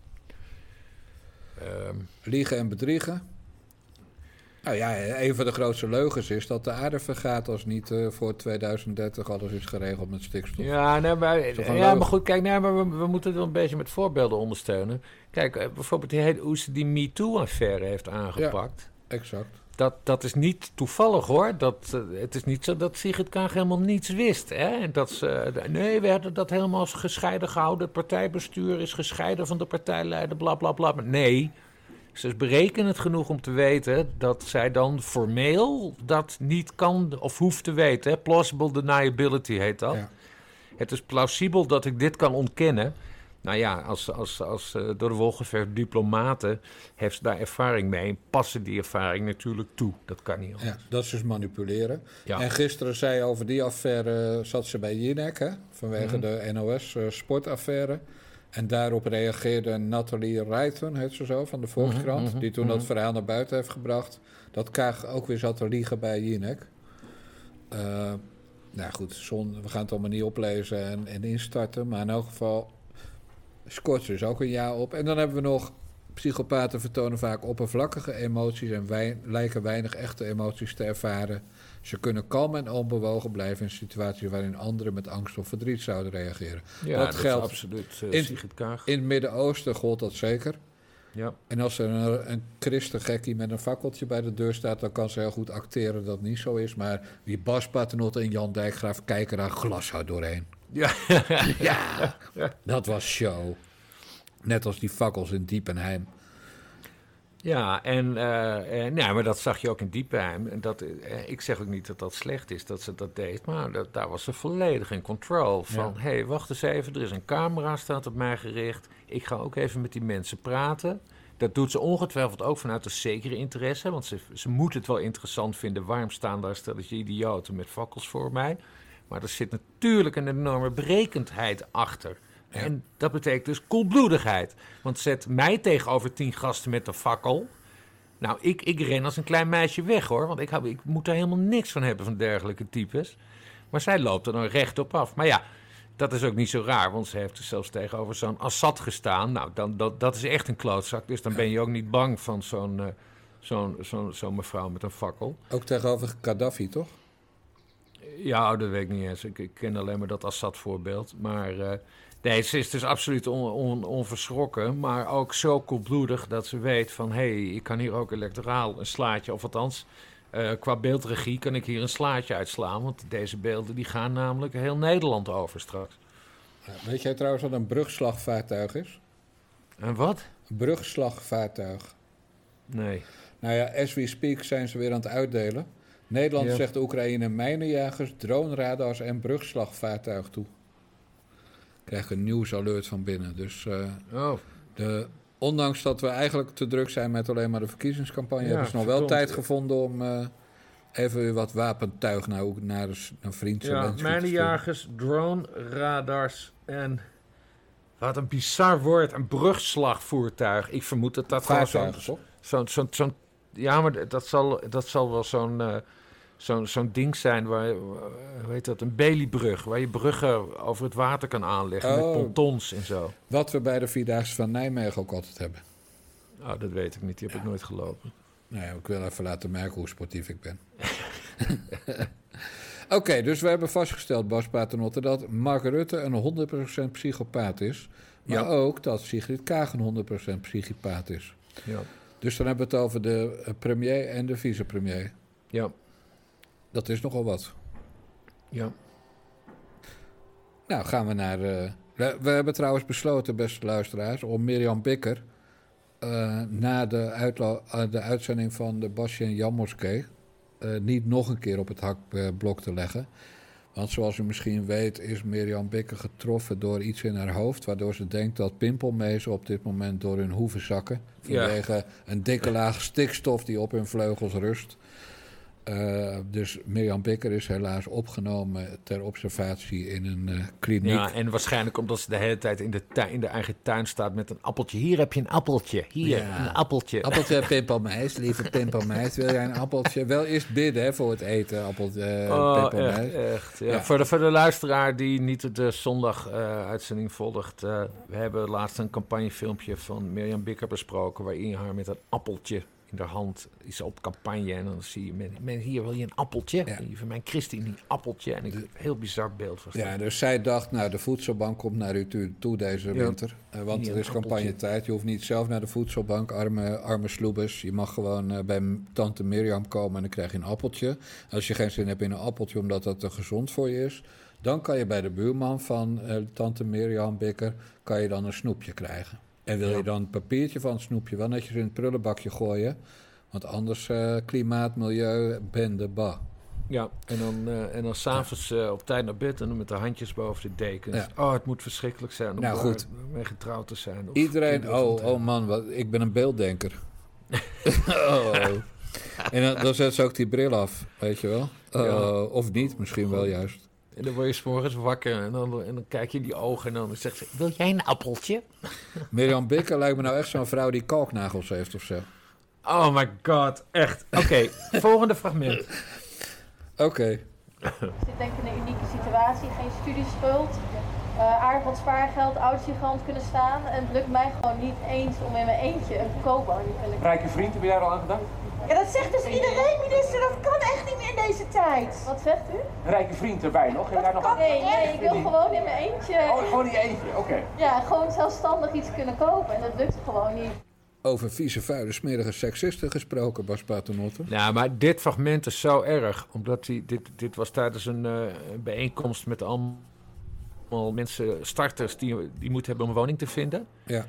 Um... Liegen en bedriegen. Nou ja, een van de grootste leugens is dat de aarde vergaat als niet uh, voor tweeduizend dertig alles is geregeld met stikstof. Ja, nee, maar, ja maar goed, kijk, nee, maar we, we moeten het wel een beetje met voorbeelden ondersteunen. Kijk, uh, bijvoorbeeld die hele, hoe ze die MeToo-affaire heeft aangepakt. Ja, exact. Dat, dat is niet toevallig, hoor. Dat, uh, het is niet zo dat Sigrid Kaag helemaal niets wist. Hè? En dat ze, uh, nee, we hebben dat helemaal gescheiden gehouden. Het partijbestuur is gescheiden van de partijleider, bla, bla, bla. Maar nee... Ze is berekenend genoeg om te weten dat zij dan formeel dat niet kan of hoeft te weten. Hè? Plausible deniability heet dat. Ja. Het is plausibel dat ik dit kan ontkennen. Nou ja, als, als, als uh, door de wol geverfd diplomaten heeft ze daar ervaring mee. En passen die ervaring natuurlijk toe. Dat kan niet anders. Ja, dat is dus manipuleren. Ja. En gisteren zei over die affaire, zat ze bij Jinek, hè? Vanwege mm-hmm. de N O S-sportaffaire. En daarop reageerde Nathalie Reiten, heet ze zo, van de Volkskrant... Mm-hmm, die toen mm-hmm. dat verhaal naar buiten heeft gebracht... dat Kaag ook weer zat te liegen bij Jinek. Uh, nou goed, zon, we gaan het allemaal niet oplezen en, en instarten... maar in elk geval scoort ze dus ook een ja op. En dan hebben we nog... psychopaten vertonen vaak oppervlakkige emoties... en wij, lijken weinig echte emoties te ervaren. Ze kunnen kalm en onbewogen blijven in situaties waarin anderen met angst of verdriet zouden reageren. Ja, dat, dat geldt absoluut. Uh, in, in het Midden-Oosten gold dat zeker. Ja. En als er een, een christengekkie met een fakkeltje bij de deur staat, dan kan ze heel goed acteren dat het niet zo is. Maar wie Bas Paternotte en Jan Dijkgraaf kijken daar glashard doorheen. Ja. ja, dat was show. Net als die fakkels in Diepenheim. Ja, en, uh, en ja, maar dat zag je ook in Diepenheim. En dat, uh, ik zeg ook niet dat dat slecht is dat ze dat deed, maar dat, daar was ze volledig in control. Van, hé, ja. hey, wacht eens even, er is een camera, staat op mij gericht. Ik ga ook even met die mensen praten. Dat doet ze ongetwijfeld ook vanuit een zekere interesse, want ze, ze moet het wel interessant vinden. Waarom staan daar stelletje idioten met fakkels voor mij? Maar er zit natuurlijk een enorme berekendheid achter. Ja. En dat betekent dus koelbloedigheid. Want zet mij tegenover tien gasten met een fakkel. Nou, ik, ik ren als een klein meisje weg, hoor. Want ik, hou, ik moet daar helemaal niks van hebben van dergelijke types. Maar zij loopt er dan recht op af. Maar ja, dat is ook niet zo raar. Want ze heeft dus zelfs tegenover zo'n Assad gestaan. Nou, dan, dat, dat is echt een klootzak. Dus dan ben je ook niet bang van zo'n, uh, zo'n, zo'n, zo'n mevrouw met een fakkel. Ook tegenover Gaddafi, toch? Ja, dat weet ik niet eens. Ik, ik ken alleen maar dat Assad-voorbeeld. Maar... Uh, Nee, ze is dus absoluut on, on, onverschrokken, maar ook zo koelbloedig dat ze weet van... hé, hey, ik kan hier ook electoraal een slaatje, of althans, uh, qua beeldregie kan ik hier een slaatje uitslaan. Want deze beelden die gaan namelijk heel Nederland over straks. Ja, weet jij trouwens wat een brugslagvaartuig is? Een wat? Een brugslagvaartuig. Nee. Nou ja, as we speak zijn ze weer aan het uitdelen. Nederland ja. zegt Oekraïne mijnenjagers, droneradars en brugslagvaartuig toe. Krijg een nieuwsalert van binnen. Dus uh, oh. de, ondanks dat we eigenlijk te druk zijn met alleen maar de verkiezingscampagne... Ja, hebben ze nog wel tijd gevonden om uh, even weer wat wapentuig naar, naar een vriend. Ja, mijnenjagers, drone, radars en... Wat een bizar woord, een brugslagvoertuig. Ik vermoed dat dat Vaartuig, gewoon zo'n... Zo, zo, zo, ja, maar dat zal, dat zal wel zo'n... Uh, Zo'n, zo'n ding zijn waar, hoe heet dat, een Baileybrug, waar je bruggen over het water kan aanleggen oh, met pontons en zo. Wat we bij de Vierdaagse van Nijmegen ook altijd hebben. Oh, dat weet ik niet, die heb ja. ik nooit gelopen. Nou ja, ik wil even laten merken hoe sportief ik ben. Oké, okay, dus we hebben vastgesteld, Bas Paternotte, dat Mark Rutte een honderd procent psychopaat is. Maar ja. ook dat Sigrid Kaag een honderd procent psychopaat is. Ja. Dus dan hebben we het over de premier en de vicepremier. Ja. Dat is nogal wat. Ja. Nou, gaan we naar... Uh, we, we hebben trouwens besloten, beste luisteraars, om Mirjam Bikker... Uh, na de, uitla- uh, de uitzending van de Basje en Jan Moskee... Uh, niet nog een keer op het hakblok te leggen. Want zoals u misschien weet is Mirjam Bikker getroffen door iets in haar hoofd, waardoor ze denkt dat pimpelmezen op dit moment door hun hoeven zakken. Vanwege ja. een dikke laag stikstof die op hun vleugels rust. Uh, dus Mirjam Bikker is helaas opgenomen ter observatie in een uh, kliniek. Ja, en waarschijnlijk omdat ze de hele tijd in de, tuin, in de eigen tuin staat met een appeltje. Hier heb je een appeltje. Hier, ja. een appeltje. Appeltje, pimpelmeis, lieve pimpelmeis. Wil jij een appeltje? Wel eerst bidden hè, voor het eten, appeltje, uh, oh, pimpelmeis. Echt, echt. Ja. Ja. Voor, de, voor de luisteraar die niet de zondag-uitzending uh, volgt. Uh, we hebben laatst een campagnefilmpje van Mirjam Bikker besproken, waarin haar met een appeltje in de hand is op campagne. En dan zie je, men, men hier wil je een appeltje. Ja. Van mijn Christine, een appeltje. En ik een heel bizar beeld van. Ja, dus zij dacht, nou, de voedselbank komt naar u toe deze ja. winter. Uh, want er is campagnetijd. Je hoeft niet zelf naar de voedselbank, arme, arme sloebers. Je mag gewoon uh, bij tante Mirjam komen en dan krijg je een appeltje. Als je geen zin hebt in een appeltje, omdat dat te gezond voor je is, dan kan je bij de buurman van uh, tante Mirjam Bikker, kan je dan een snoepje krijgen. En wil je ja. dan een papiertje van het snoepje wel netjes in het prullenbakje gooien? Want anders uh, klimaat, milieu, bende, bah. Ja, en dan, uh, en dan s'avonds uh, op tijd naar bed en dan met de handjes boven de dekens. Ja. Oh, het moet verschrikkelijk zijn om nou, goed. mee getrouwd te zijn. Of Iedereen, oh, oh man, wat, ik ben een beelddenker. oh. En dan, dan zet ze ook die bril af, weet je wel. Uh, ja. Of niet, misschien wel juist. En dan word je 's morgens wakker en dan, en dan kijk je in die ogen en dan zegt ze, wil jij een appeltje? Mirjam Bikker lijkt me nou echt zo'n vrouw die kalknagels heeft of zo. Oh my god, echt. Oké, okay, volgende fragment. Oké. Okay. Ik zit denk ik in een unieke situatie, geen studieschuld, uh, aardig wat spaargeld, ouders die gewoon kunnen staan. En het lukt mij gewoon niet eens om in mijn eentje een koopwoning te kunnen. Rijke vriend, heb je daar al aan gedacht? Ja, dat zegt dus iedereen, minister. Dat kan echt niet meer in deze tijd. Wat zegt u? Rijke vriend erbij nog? Dat daar nog kan nee, nee, ik wil die... gewoon in mijn eentje. Oh, gewoon in je eentje, oké. Okay. Ja, gewoon zelfstandig iets kunnen kopen. En dat lukt gewoon niet. Over vieze, vuile, smerige seksisten gesproken, Bas Paternotte. Ja, maar dit fragment is zo erg. Omdat hij, dit, dit was tijdens een uh, bijeenkomst met allemaal mensen, starters, die, die moeten hebben om een woning te vinden. Ja.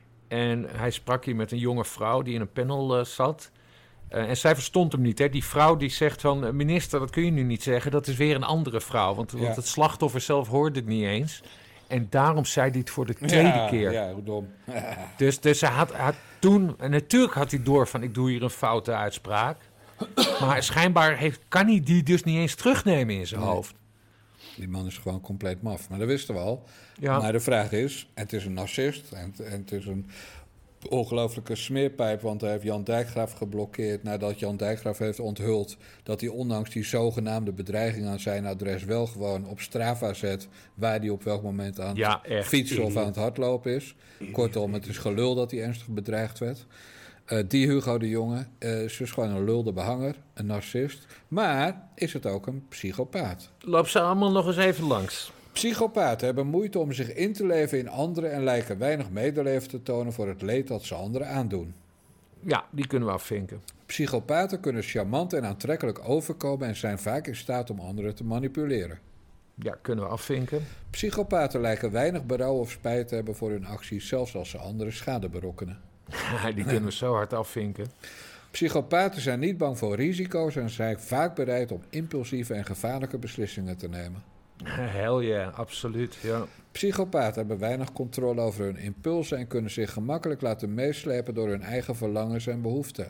En hij sprak hier met een jonge vrouw die in een panel uh, zat. Uh, en zij verstond hem niet. Hè? Die vrouw die zegt van, minister, dat kun je nu niet zeggen. Dat is weer een andere vrouw. Want, ja. want het slachtoffer zelf hoorde het niet eens. En daarom zei hij het voor de tweede ja, keer. Ja, hoe dom. dus dus hij had, had toen... En natuurlijk had hij door van, ik doe hier een foute uitspraak. Maar schijnbaar heeft, kan hij die dus niet eens terugnemen in zijn nee. hoofd. Die man is gewoon compleet maf. Maar dat wisten we al. Ja. Maar de vraag is, het is een narcist. En, en het is een ongelooflijke smeerpijp, want hij heeft Jan Dijkgraaf geblokkeerd nadat Jan Dijkgraaf heeft onthuld dat hij ondanks die zogenaamde bedreiging aan zijn adres wel gewoon op Strava zet waar hij op welk moment aan ja, het fietsen of aan het hardlopen is. Kortom, het is gelul dat hij ernstig bedreigd werd. Uh, die Hugo de Jonge uh, is dus gewoon een lulde behanger, een narcist. Maar is het ook een psychopaat? Loop ze allemaal nog eens even langs. Psychopaten hebben moeite om zich in te leven in anderen en lijken weinig medeleven te tonen voor het leed dat ze anderen aandoen. Ja, die kunnen we afvinken. Psychopaten kunnen charmant en aantrekkelijk overkomen en zijn vaak in staat om anderen te manipuleren. Ja, kunnen we afvinken. Psychopaten lijken weinig berouw of spijt te hebben voor hun acties, zelfs als ze anderen schade berokkenen. Die kunnen we zo hard afvinken. Psychopaten zijn niet bang voor risico's en zijn vaak bereid om impulsieve en gevaarlijke beslissingen te nemen. Hell yeah, absoluut, ja. Psychopaten hebben weinig controle over hun impulsen en kunnen zich gemakkelijk laten meeslepen door hun eigen verlangens en behoeften.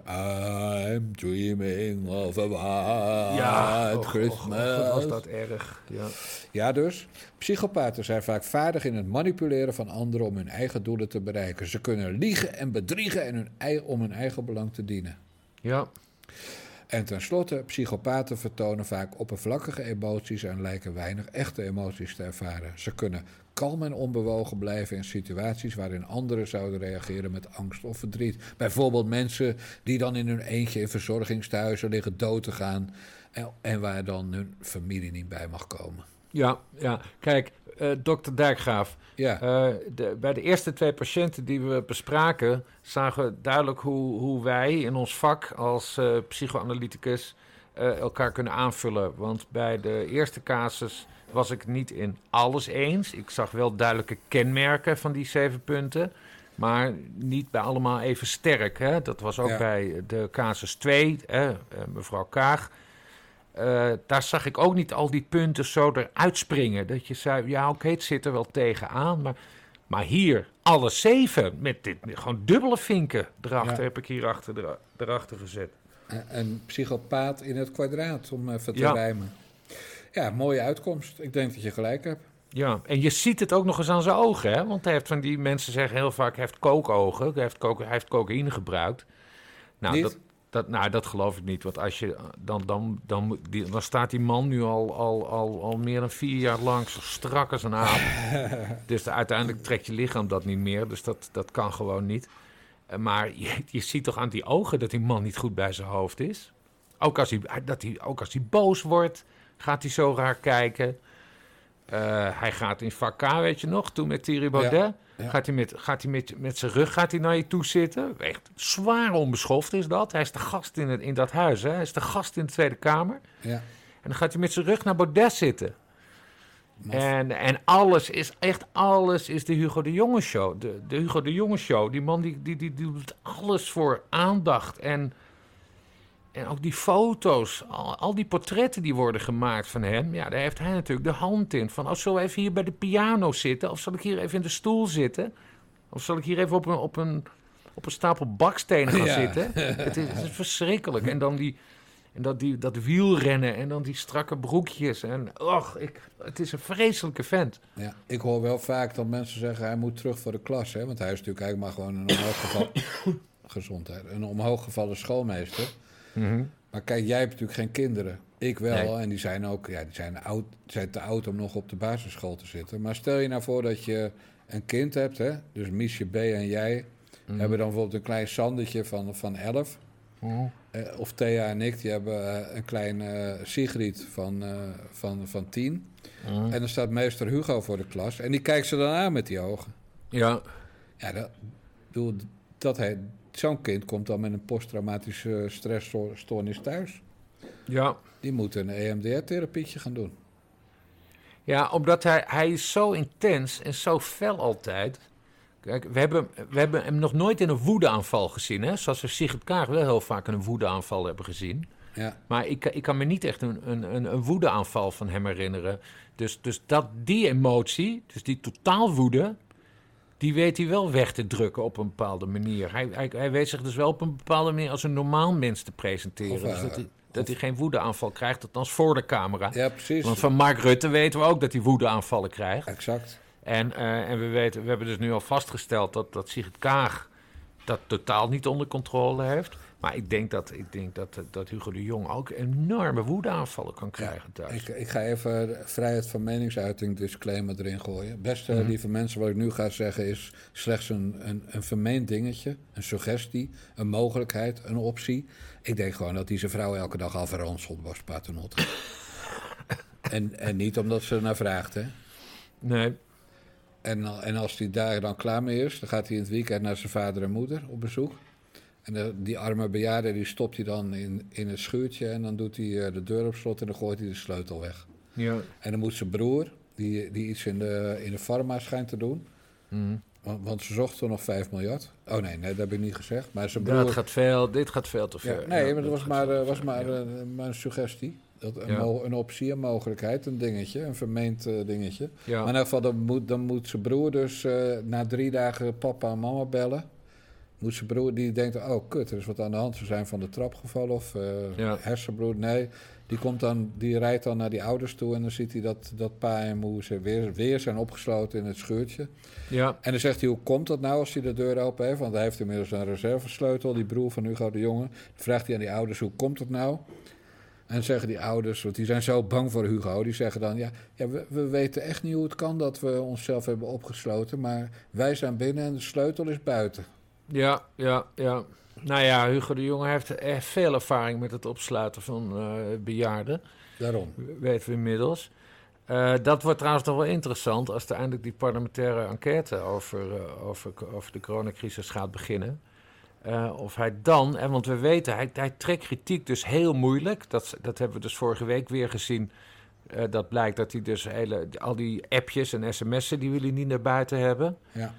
I'm dreaming of a white ja, Christmas. Wat was dat erg, ja. Ja, dus. Psychopaten zijn vaak vaardig in het manipuleren van anderen om hun eigen doelen te bereiken. Ze kunnen liegen en bedriegen en hun, om hun eigen belang te dienen. Ja. En tenslotte, psychopaten vertonen vaak oppervlakkige emoties en lijken weinig echte emoties te ervaren. Ze kunnen kalm en onbewogen blijven in situaties waarin anderen zouden reageren met angst of verdriet. Bijvoorbeeld mensen die dan in hun eentje in verzorgingstehuizen liggen dood te gaan en, en waar dan hun familie niet bij mag komen. Ja, ja. Kijk, uh, dokter Dijkgraaf. Ja. Uh, de, bij de eerste twee patiënten die we bespraken zagen we duidelijk hoe, hoe wij in ons vak als uh, psychoanalyticus uh, elkaar kunnen aanvullen. Want bij de eerste casus was ik het niet in alles eens. Ik zag wel duidelijke kenmerken van die zeven punten, maar niet bij allemaal even sterk. Hè? Dat was ook ja. bij de casus twee, hè, uh, mevrouw Kaag. Uh, daar zag ik ook niet al die punten zo eruit springen. Dat je zei, ja oké, okay, het zit er wel tegenaan. Maar, maar hier, alle zeven, met dit, gewoon dubbele vinken erachter, ja. heb ik hier achter, erachter gezet. Een psychopaat in het kwadraat, om even te ja. rijmen. Ja, mooie uitkomst. Ik denk dat je gelijk hebt. Ja, en je ziet het ook nog eens aan zijn ogen, hè? Want hij heeft van die mensen zeggen heel vaak, hij heeft kookogen. Hij heeft, coca- hij heeft cocaïne gebruikt. Nou, niet? Dat, dat, nou, dat geloof ik niet. Want als je, dan, dan, dan, die, dan staat die man nu al, al, al, al meer dan vier jaar lang zo strak als een aap. Dus de, uiteindelijk trekt je lichaam dat niet meer. Dus dat, dat kan gewoon niet. Maar je, je ziet toch aan die ogen dat die man niet goed bij zijn hoofd is. Ook als hij, dat hij, ook als hij boos wordt, gaat hij zo raar kijken. Uh, hij gaat in vak K, weet je nog, toen met Thierry Baudet. Ja, ja. Gaat hij, met, gaat hij met, met zijn rug gaat hij naar je toe zitten. Echt zwaar onbeschoft is dat. Hij is de gast in, het, in dat huis. Hè. Hij is de gast in de Tweede Kamer. Ja. En dan gaat hij met zijn rug naar Baudet zitten. En, en alles is, echt alles is de Hugo de Jonge show. De, de Hugo de Jonge show. Die man die, die, die, die doet alles voor aandacht. En, en ook die foto's, al, al die portretten die worden gemaakt van hem. Ja, daar heeft hij natuurlijk de hand in. Van, oh, zullen we even hier bij de piano zitten? Of zal ik hier even in de stoel zitten? Of zal ik hier even op een, op een, op een stapel bakstenen gaan ja. zitten? Het is, het is verschrikkelijk. En dan die... En dat, die, dat wielrennen en dan die strakke broekjes. En och, ik, het is een vreselijke vent. Ja, ik hoor wel vaak dat mensen zeggen, hij moet terug voor de klas. Hè? Want hij is natuurlijk eigenlijk maar gewoon een omhooggevallen... gezondheid. Een omhooggevallen schoolmeester. Mm-hmm. Maar kijk, jij hebt natuurlijk geen kinderen. Ik wel. Nee. En die zijn ook ja, die zijn, oud, die zijn te oud om nog op de basisschool te zitten. Maar stel je nou voor dat je een kind hebt. Hè? Dus Miesje B. en jij mm-hmm. hebben dan bijvoorbeeld een klein Sandertje van, van elf. Mm-hmm. Uh, of Thea en ik, die hebben uh, een klein uh, Sigrid van, uh, van, van tien. Mm. En dan staat meester Hugo voor de klas. En die kijkt ze dan aan met die ogen. Ja. Ja, dat, bedoel, dat hij, zo'n kind komt dan met een posttraumatische stressstoornis thuis. Ja. Die moet een E M D R-therapietje gaan doen. Ja, omdat hij, hij is zo intens en zo fel altijd... Kijk, we hebben, we hebben hem nog nooit in een woedeaanval gezien. Hè? Zoals we Sigrid Kaag wel heel vaak in een woedeaanval hebben gezien. Ja. Maar ik, ik kan me niet echt een, een, een woedeaanval van hem herinneren. Dus, dus dat, die emotie, dus die totaal woede... die weet hij wel weg te drukken op een bepaalde manier. Hij, hij, hij weet zich dus wel op een bepaalde manier als een normaal mens te presenteren. Of, uh, dus dat hij, dat hij geen woedeaanval krijgt, althans voor de camera. Ja, precies. Want van Mark Rutte weten we ook dat hij woedeaanvallen krijgt. Exact. En, uh, en we, weten, we hebben dus nu al vastgesteld dat, dat Sigrid Kaag dat totaal niet onder controle heeft. Maar ik denk dat, ik denk dat, dat Hugo de Jong ook enorme woedeaanvallen kan krijgen ja, thuis. Ik, ik ga even vrijheid van meningsuiting disclaimer erin gooien. Beste Mm-hmm. lieve mensen, wat ik nu ga zeggen is slechts een, een, een vermeend dingetje. Een suggestie, een mogelijkheid, een optie. Ik denk gewoon dat die zijn vrouw elke dag al verranseld was, Paternotte. en, en niet omdat ze ernaar vraagt, hè? Nee. En, en als hij daar dan klaar mee is, dan gaat hij in het weekend naar zijn vader en moeder op bezoek. En de, die arme bejaarde die stopt hij dan in, in het schuurtje en dan doet hij uh, de deur op slot en dan gooit hij de sleutel weg. Ja. En dan moet zijn broer, die, die iets in de, in de pharma schijnt te doen, Mm. want, want ze zochten nog vijf miljard. Oh nee, nee, dat heb ik niet gezegd. Maar zijn broer... Dat gaat veel, dit gaat veel te ver. Ja, nee, ja, maar dat was maar, veel, uh, was maar, ja. uh, maar een suggestie. Dat een, Ja. mo- een optie, een mogelijkheid, een dingetje, een vermeend uh, dingetje. Ja. Maar in ieder geval, dan moet, dan moet zijn broer dus uh, na drie dagen papa en mama bellen. Moet zijn broer, die denkt, oh kut, er is wat aan de hand. Ze zijn van de trap gevallen of uh, Ja. hersenbloed. Nee, die, komt dan, die rijdt dan naar die ouders toe en dan ziet hij dat, dat pa en moe ze weer, weer zijn opgesloten in het schuurtje. Ja. En dan zegt hij, hoe komt dat nou als hij de deur open heeft? Want hij heeft inmiddels een reservesleutel, die broer van Hugo de Jonge. Dan vraagt hij aan die ouders, hoe komt het nou? En zeggen die ouders, want die zijn zo bang voor Hugo, die zeggen dan, ja, ja we, we weten echt niet hoe het kan dat we onszelf hebben opgesloten, maar wij zijn binnen en de sleutel is buiten. Ja, ja, ja. Nou ja, Hugo de Jonge heeft echt veel ervaring met het opsluiten van uh, bejaarden. Daarom. Weten we inmiddels. Uh, dat wordt trouwens nog wel interessant als er eindelijk die parlementaire enquête over, uh, over, over de coronacrisis gaat beginnen. Uh, of hij dan, en want we weten, hij, hij trekt kritiek dus heel moeilijk. Dat, dat hebben we dus vorige week weer gezien. Uh, dat blijkt dat hij dus hele, al die appjes en sms'en, die wil hij niet naar buiten hebben. Ja.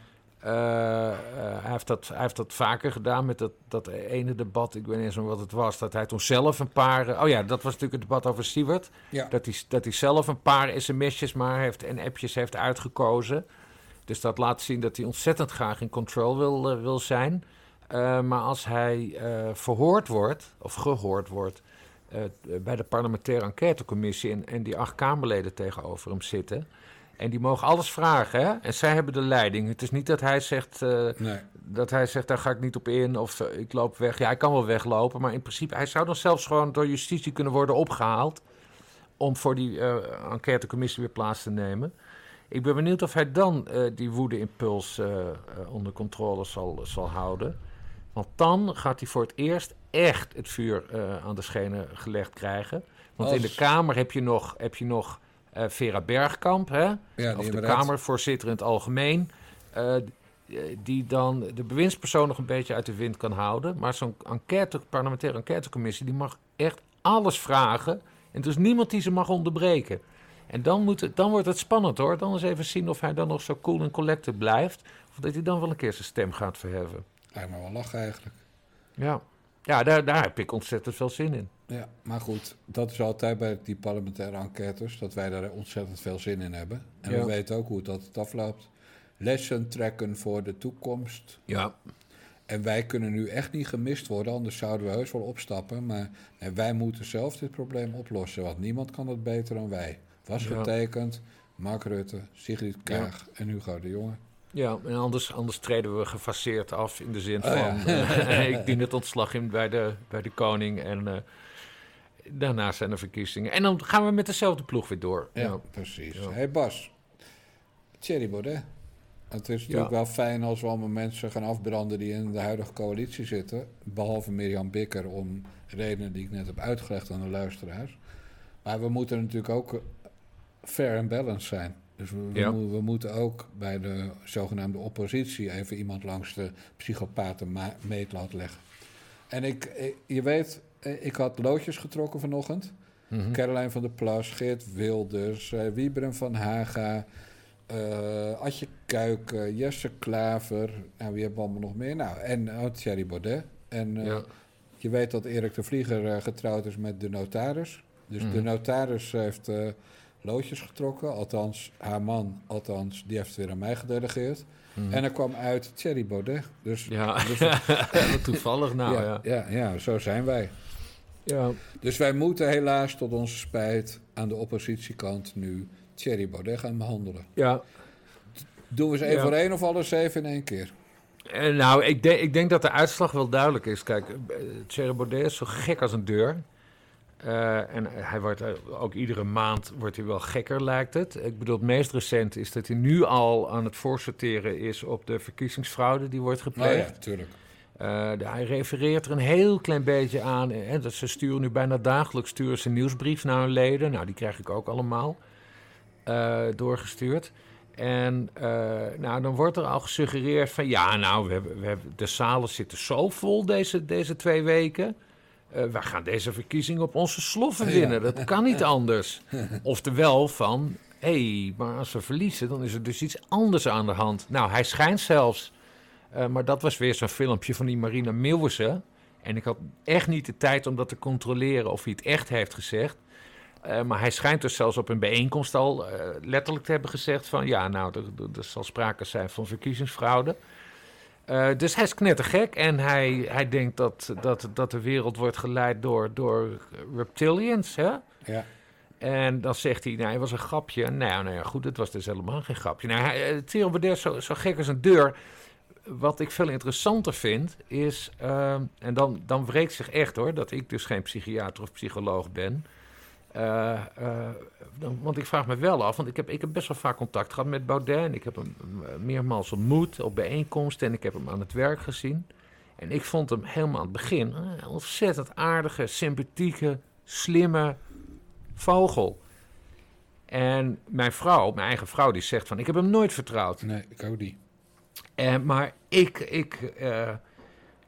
Uh, uh, hij, heeft dat, hij heeft dat vaker gedaan met dat, dat ene debat. Ik weet niet eens wat het was. Dat hij toen zelf een paar... Uh, oh ja, dat was natuurlijk het debat over Siewert. Ja. Dat, hij, dat hij zelf een paar sms'jes maar heeft en appjes heeft uitgekozen. Dus dat laat zien dat hij ontzettend graag in control wil, uh, wil zijn. Uh, maar als hij uh, verhoord wordt, of gehoord wordt... Uh, bij de parlementaire enquêtecommissie... En, en die acht Kamerleden tegenover hem zitten... En die mogen alles vragen, hè? En zij hebben de leiding. Het is niet dat hij zegt, uh, nee. dat hij zegt, daar ga ik niet op in of uh, ik loop weg. Ja, hij kan wel weglopen, maar in principe... hij zou dan zelfs gewoon door justitie kunnen worden opgehaald... om voor die uh, enquêtecommissie weer plaats te nemen. Ik ben benieuwd of hij dan uh, die woede-impuls uh, uh, onder controle zal, zal houden. Want dan gaat hij voor het eerst echt het vuur uh, aan de schenen gelegd krijgen. Want Als... in de Kamer heb je nog... Heb je nog Uh, Vera Bergkamp, hè? Ja, of de Kamervoorzitter in het algemeen... Uh, die dan de bewindspersoon nog een beetje uit de wind kan houden. Maar zo'n enquête, parlementaire enquêtecommissie... die mag echt alles vragen... en er is niemand die ze mag onderbreken. En dan, moet het, dan wordt het spannend, hoor. Dan eens even zien of hij dan nog zo cool en collected blijft... of dat hij dan wel een keer zijn stem gaat verheffen. Lijkt me wel lachen, eigenlijk. Ja, ja daar, daar heb ik ontzettend veel zin in. Ja, maar goed, dat is altijd bij die parlementaire enquêtes... dat wij daar ontzettend veel zin in hebben. En ja. we weten ook hoe dat het afloopt. Lessen trekken voor de toekomst. Ja. En wij kunnen nu echt niet gemist worden... anders zouden we heus wel opstappen. Maar nee, wij moeten zelf dit probleem oplossen... want niemand kan het beter dan wij. Was ja. getekend, Mark Rutte, Sigrid Kaag ja. en Hugo de Jonge. Ja, en anders, anders treden we gefaseerd af... in de zin van... Oh, ja. uh, ik dien het ontslag in bij de, bij de koning... en uh, daarna zijn er verkiezingen. En dan gaan we met dezelfde ploeg weer door. Ja, ja. precies. Hé ja. hey Bas, Thierry Baudet. Het is natuurlijk ja. wel fijn als we allemaal mensen gaan afbranden... die in de huidige coalitie zitten. Behalve Mirjam Bikker om redenen die ik net heb uitgelegd aan de luisteraars. Maar we moeten natuurlijk ook fair en balanced zijn. Dus we, ja. we, we moeten ook bij de zogenaamde oppositie... even iemand langs de psychopatenmeet laten leggen. En ik, je weet... Ik had loodjes getrokken vanochtend. Mm-hmm. Caroline van der Plas, Geert Wilders, uh, Wiebren van Haga... Uh, Adje Kuiken, Jesse Klaver... Nou, wie hebben we allemaal nog meer? Nou, en uh, Thierry Baudet. En uh, ja. je weet dat Erik de Vlieger uh, getrouwd is met de notaris. Dus mm-hmm. de notaris heeft uh, loodjes getrokken. Althans, haar man, althans, die heeft het weer aan mij gedelegeerd. Mm. En er kwam uit Thierry Baudet. Dus, ja, dus, wat toevallig nou. Ja, ja. Ja, ja, zo zijn wij. Ja. Dus wij moeten helaas tot onze spijt aan de oppositiekant nu Thierry Baudet gaan behandelen. Ja. Doen we ze één ja. voor één of alle zeven in één keer? Uh, nou, ik, de, ik denk dat de uitslag wel duidelijk is. Kijk, Thierry Baudet is zo gek als een deur. Uh, en hij wordt uh, ook iedere maand wordt hij wel gekker, lijkt het. Ik bedoel, het meest recent is dat hij nu al aan het voorsorteren is op de verkiezingsfraude die wordt gepleegd. Oh ja, tuurlijk. Uh, de, hij refereert er een heel klein beetje aan. Hè, dat ze sturen nu bijna dagelijks sturen ze een nieuwsbrief naar hun leden. Nou, die krijg ik ook allemaal uh, doorgestuurd. En uh, nou, dan wordt er al gesuggereerd van... ja, nou, we hebben, we hebben, de zalen zitten zo vol deze, deze twee weken... Uh, wij gaan deze verkiezing op onze sloffen winnen. Ja. Dat kan niet anders. Oftewel van... hé, hey, maar als we verliezen, dan is er dus iets anders aan de hand. Nou, hij schijnt zelfs... Uh, maar dat was weer zo'n filmpje van die Marina Meeuwissen. En ik had echt niet de tijd om dat te controleren of hij het echt heeft gezegd. Uh, maar hij schijnt dus zelfs op een bijeenkomst al uh, letterlijk te hebben gezegd van... ja, nou, er, er, er zal sprake zijn van verkiezingsfraude. Uh, dus hij is knettergek en hij, hij denkt dat, dat, dat de wereld wordt geleid door, door reptilians, hè? Ja. En dan zegt hij, nou, het was een grapje. Nou, nou ja, goed, het was dus helemaal geen grapje. Nou, hij, Thierry Baudet is zo, zo gek als een deur... Wat ik veel interessanter vind, is... Uh, en dan, dan wreekt zich echt, hoor... dat ik dus geen psychiater of psycholoog ben. Uh, uh, dan, want ik vraag me wel af... want ik heb, ik heb best wel vaak contact gehad met Baudet... en ik heb hem meermaals ontmoet op bijeenkomsten... en ik heb hem aan het werk gezien. En ik vond hem helemaal aan het begin... een ontzettend aardige, sympathieke, slimme vogel. En mijn vrouw, mijn eigen vrouw, die zegt van... ik heb hem nooit vertrouwd. Nee, ik ook niet. Uh, maar ik, ik, uh,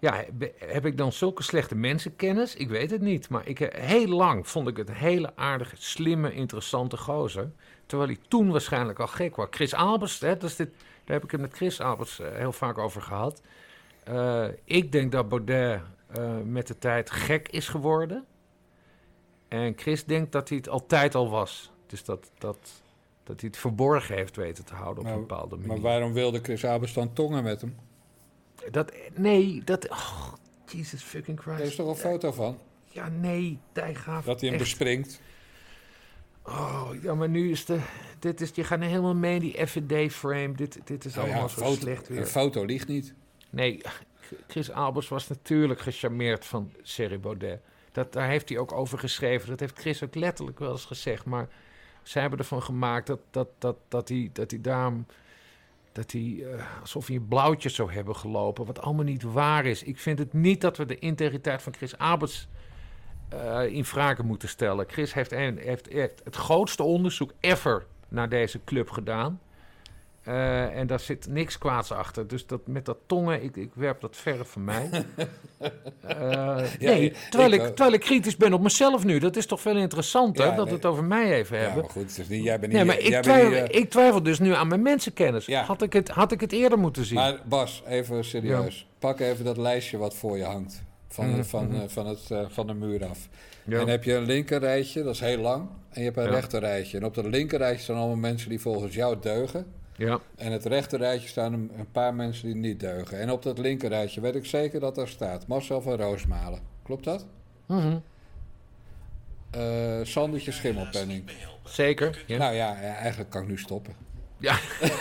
Ja, heb ik dan zulke slechte mensenkennis? Ik weet het niet. Maar ik, heel lang vond ik het een hele aardige, slimme, interessante gozer. Terwijl hij toen waarschijnlijk al gek was. Chris Albers, hè, dat is dit, daar heb ik het met Chris Albers uh, heel vaak over gehad. Uh, ik denk dat Baudet uh, met de tijd gek is geworden. En Chris denkt dat hij het altijd al was. Dus dat, dat, dat hij het verborgen heeft weten te houden op maar, een bepaalde manier. Maar waarom wilde Chris Albers dan tongen met hem? Dat, nee, dat... Oh, Jesus fucking Christ. Er is toch een foto van? Ja, nee, Dijkgraaf. Dat hij hem echt bespringt. Oh, ja, maar nu is de... Dit is, je gaat helemaal mee in die F V D-frame. Dit, dit is nou allemaal ja, zo foto, slecht weer. Een foto liegt niet. Nee, Chris Albers was natuurlijk gecharmeerd van Thierry Baudet. Dat, daar heeft hij ook over geschreven. Dat heeft Chris ook letterlijk wel eens gezegd. Maar zij hebben ervan gemaakt dat, dat, dat, dat, hij, dat hij daarom... Dat hij, uh, alsof hij een blauwtje zou hebben gelopen. Wat allemaal niet waar is. Ik vind het niet dat we de integriteit van Chris Albers uh, in vraag moeten stellen. Chris heeft, een, heeft, heeft het grootste onderzoek ever naar deze club gedaan. Uh, en daar zit niks kwaads achter. Dus dat, met dat tongen, ik, ik werp dat verre van mij. Uh, ja, nee, terwijl ik, ik, terwijl ik kritisch ben op mezelf nu. Dat is toch veel interessanter, ja, dat nee. we het over mij even hebben. Ja, maar goed, dus niet, jij bent nee, niet... maar ik, jij twijfel, niet, uh... ik twijfel dus nu aan mijn mensenkennis. Ja. Had, ik het, had ik het eerder moeten zien. Maar Bas, even serieus. Ja. Pak even dat lijstje wat voor je hangt. Van, mm-hmm. van, uh, van, het, uh, van de muur af. Ja. En dan heb je een linkerrijtje, dat is heel lang. En je hebt een ja. rechterrijtje. En op dat linkerrijtje staan allemaal mensen die volgens jou deugen. Ja. En het rechterrijtje staan een, een paar mensen die niet deugen. En op dat linkerrijtje weet ik zeker dat daar staat Marcel van Roosmalen. Klopt dat? Mm-hmm. Uh, Sandertje Schimmelpenning. Zeker. Ja. Nou ja, eigenlijk kan ik nu stoppen. Ja.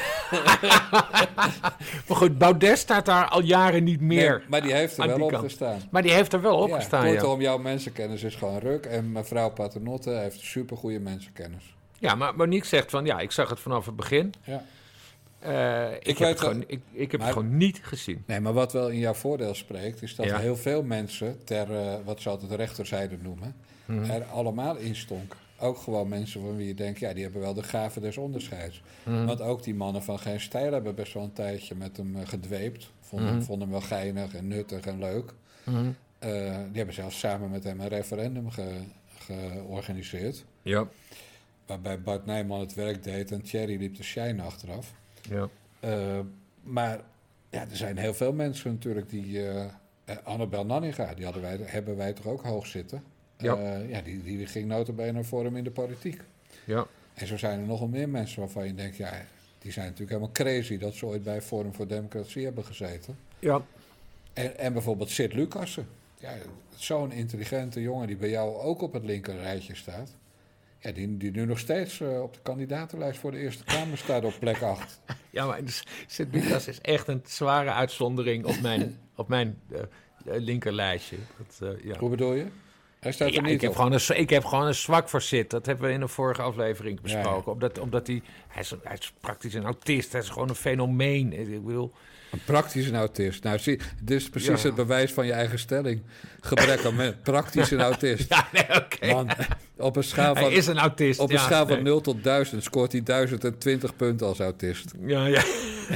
Maar goed, Baudet staat daar al jaren niet meer. Nee, maar die heeft er wel op gestaan. Maar die heeft er wel op ja, gestaan, kortom, ja. jouw mensenkennis is gewoon ruk. En mevrouw Paternotte heeft supergoeie mensenkennis. Ja, maar Monique zegt van, ja, ik zag het vanaf het begin. Ja. Uh, ik, ik, heb, het wel, gewoon, ik, ik heb maar, het gewoon niet gezien. Nee, maar wat wel in jouw voordeel spreekt, is dat ja. heel veel mensen ter, uh, wat ze altijd de rechterzijde noemen, mm-hmm. er allemaal instonken. Ook gewoon mensen van wie je denkt, ja, die hebben wel de gave des onderscheids. Mm-hmm. Want ook die mannen van Geen Stijl hebben best wel een tijdje met hem uh, gedweept. Vonden, mm-hmm. vonden hem wel geinig en nuttig en leuk. Mm-hmm. Uh, die hebben zelfs samen met hem een referendum ge, georganiseerd. Ja. Waarbij Bart Nijman het werk deed en Thierry liep de shine achteraf. Ja. Uh, maar ja, er zijn heel veel mensen natuurlijk die... Uh, Annabel Nanninga, die hadden wij, hebben wij toch ook hoog zitten. Ja. Uh, ja, die, die ging nota bene voor hem in de politiek. Ja. En zo zijn er nogal meer mensen waarvan je denkt... ja, die zijn natuurlijk helemaal crazy... dat ze ooit bij Forum voor Democratie hebben gezeten. Ja. En, en bijvoorbeeld Sid Lucassen. Ja, zo'n intelligente jongen die bij jou ook op het linker rijtje staat... Ja, die, die nu nog steeds uh, op de kandidatenlijst voor de Eerste Kamer staat op plek acht. Ja, maar dus, Sid Lucas is echt een zware uitzondering op mijn, op mijn uh, linkerlijstje. Dat, uh, ja. Hoe bedoel je? Hij staat er ja, niet ik, heb op. gewoon een, ik heb gewoon een zwak voor Sid. Dat hebben we in een vorige aflevering besproken. Ja, ja. Omdat, omdat hij, hij, is, hij is praktisch een autist. Hij is gewoon een fenomeen. Ik bedoel... Een praktisch een autist. Nou, zie, dit is precies ja. het bewijs van je eigen stelling. Gebrek aan men. Praktisch een autist. Ja, nee, oké. Okay. Op een schaal van, hij is een autist. Op een ja, schaal van nee. nul tot duizend scoort hij duizend en twintig punten als autist. Ja, ja.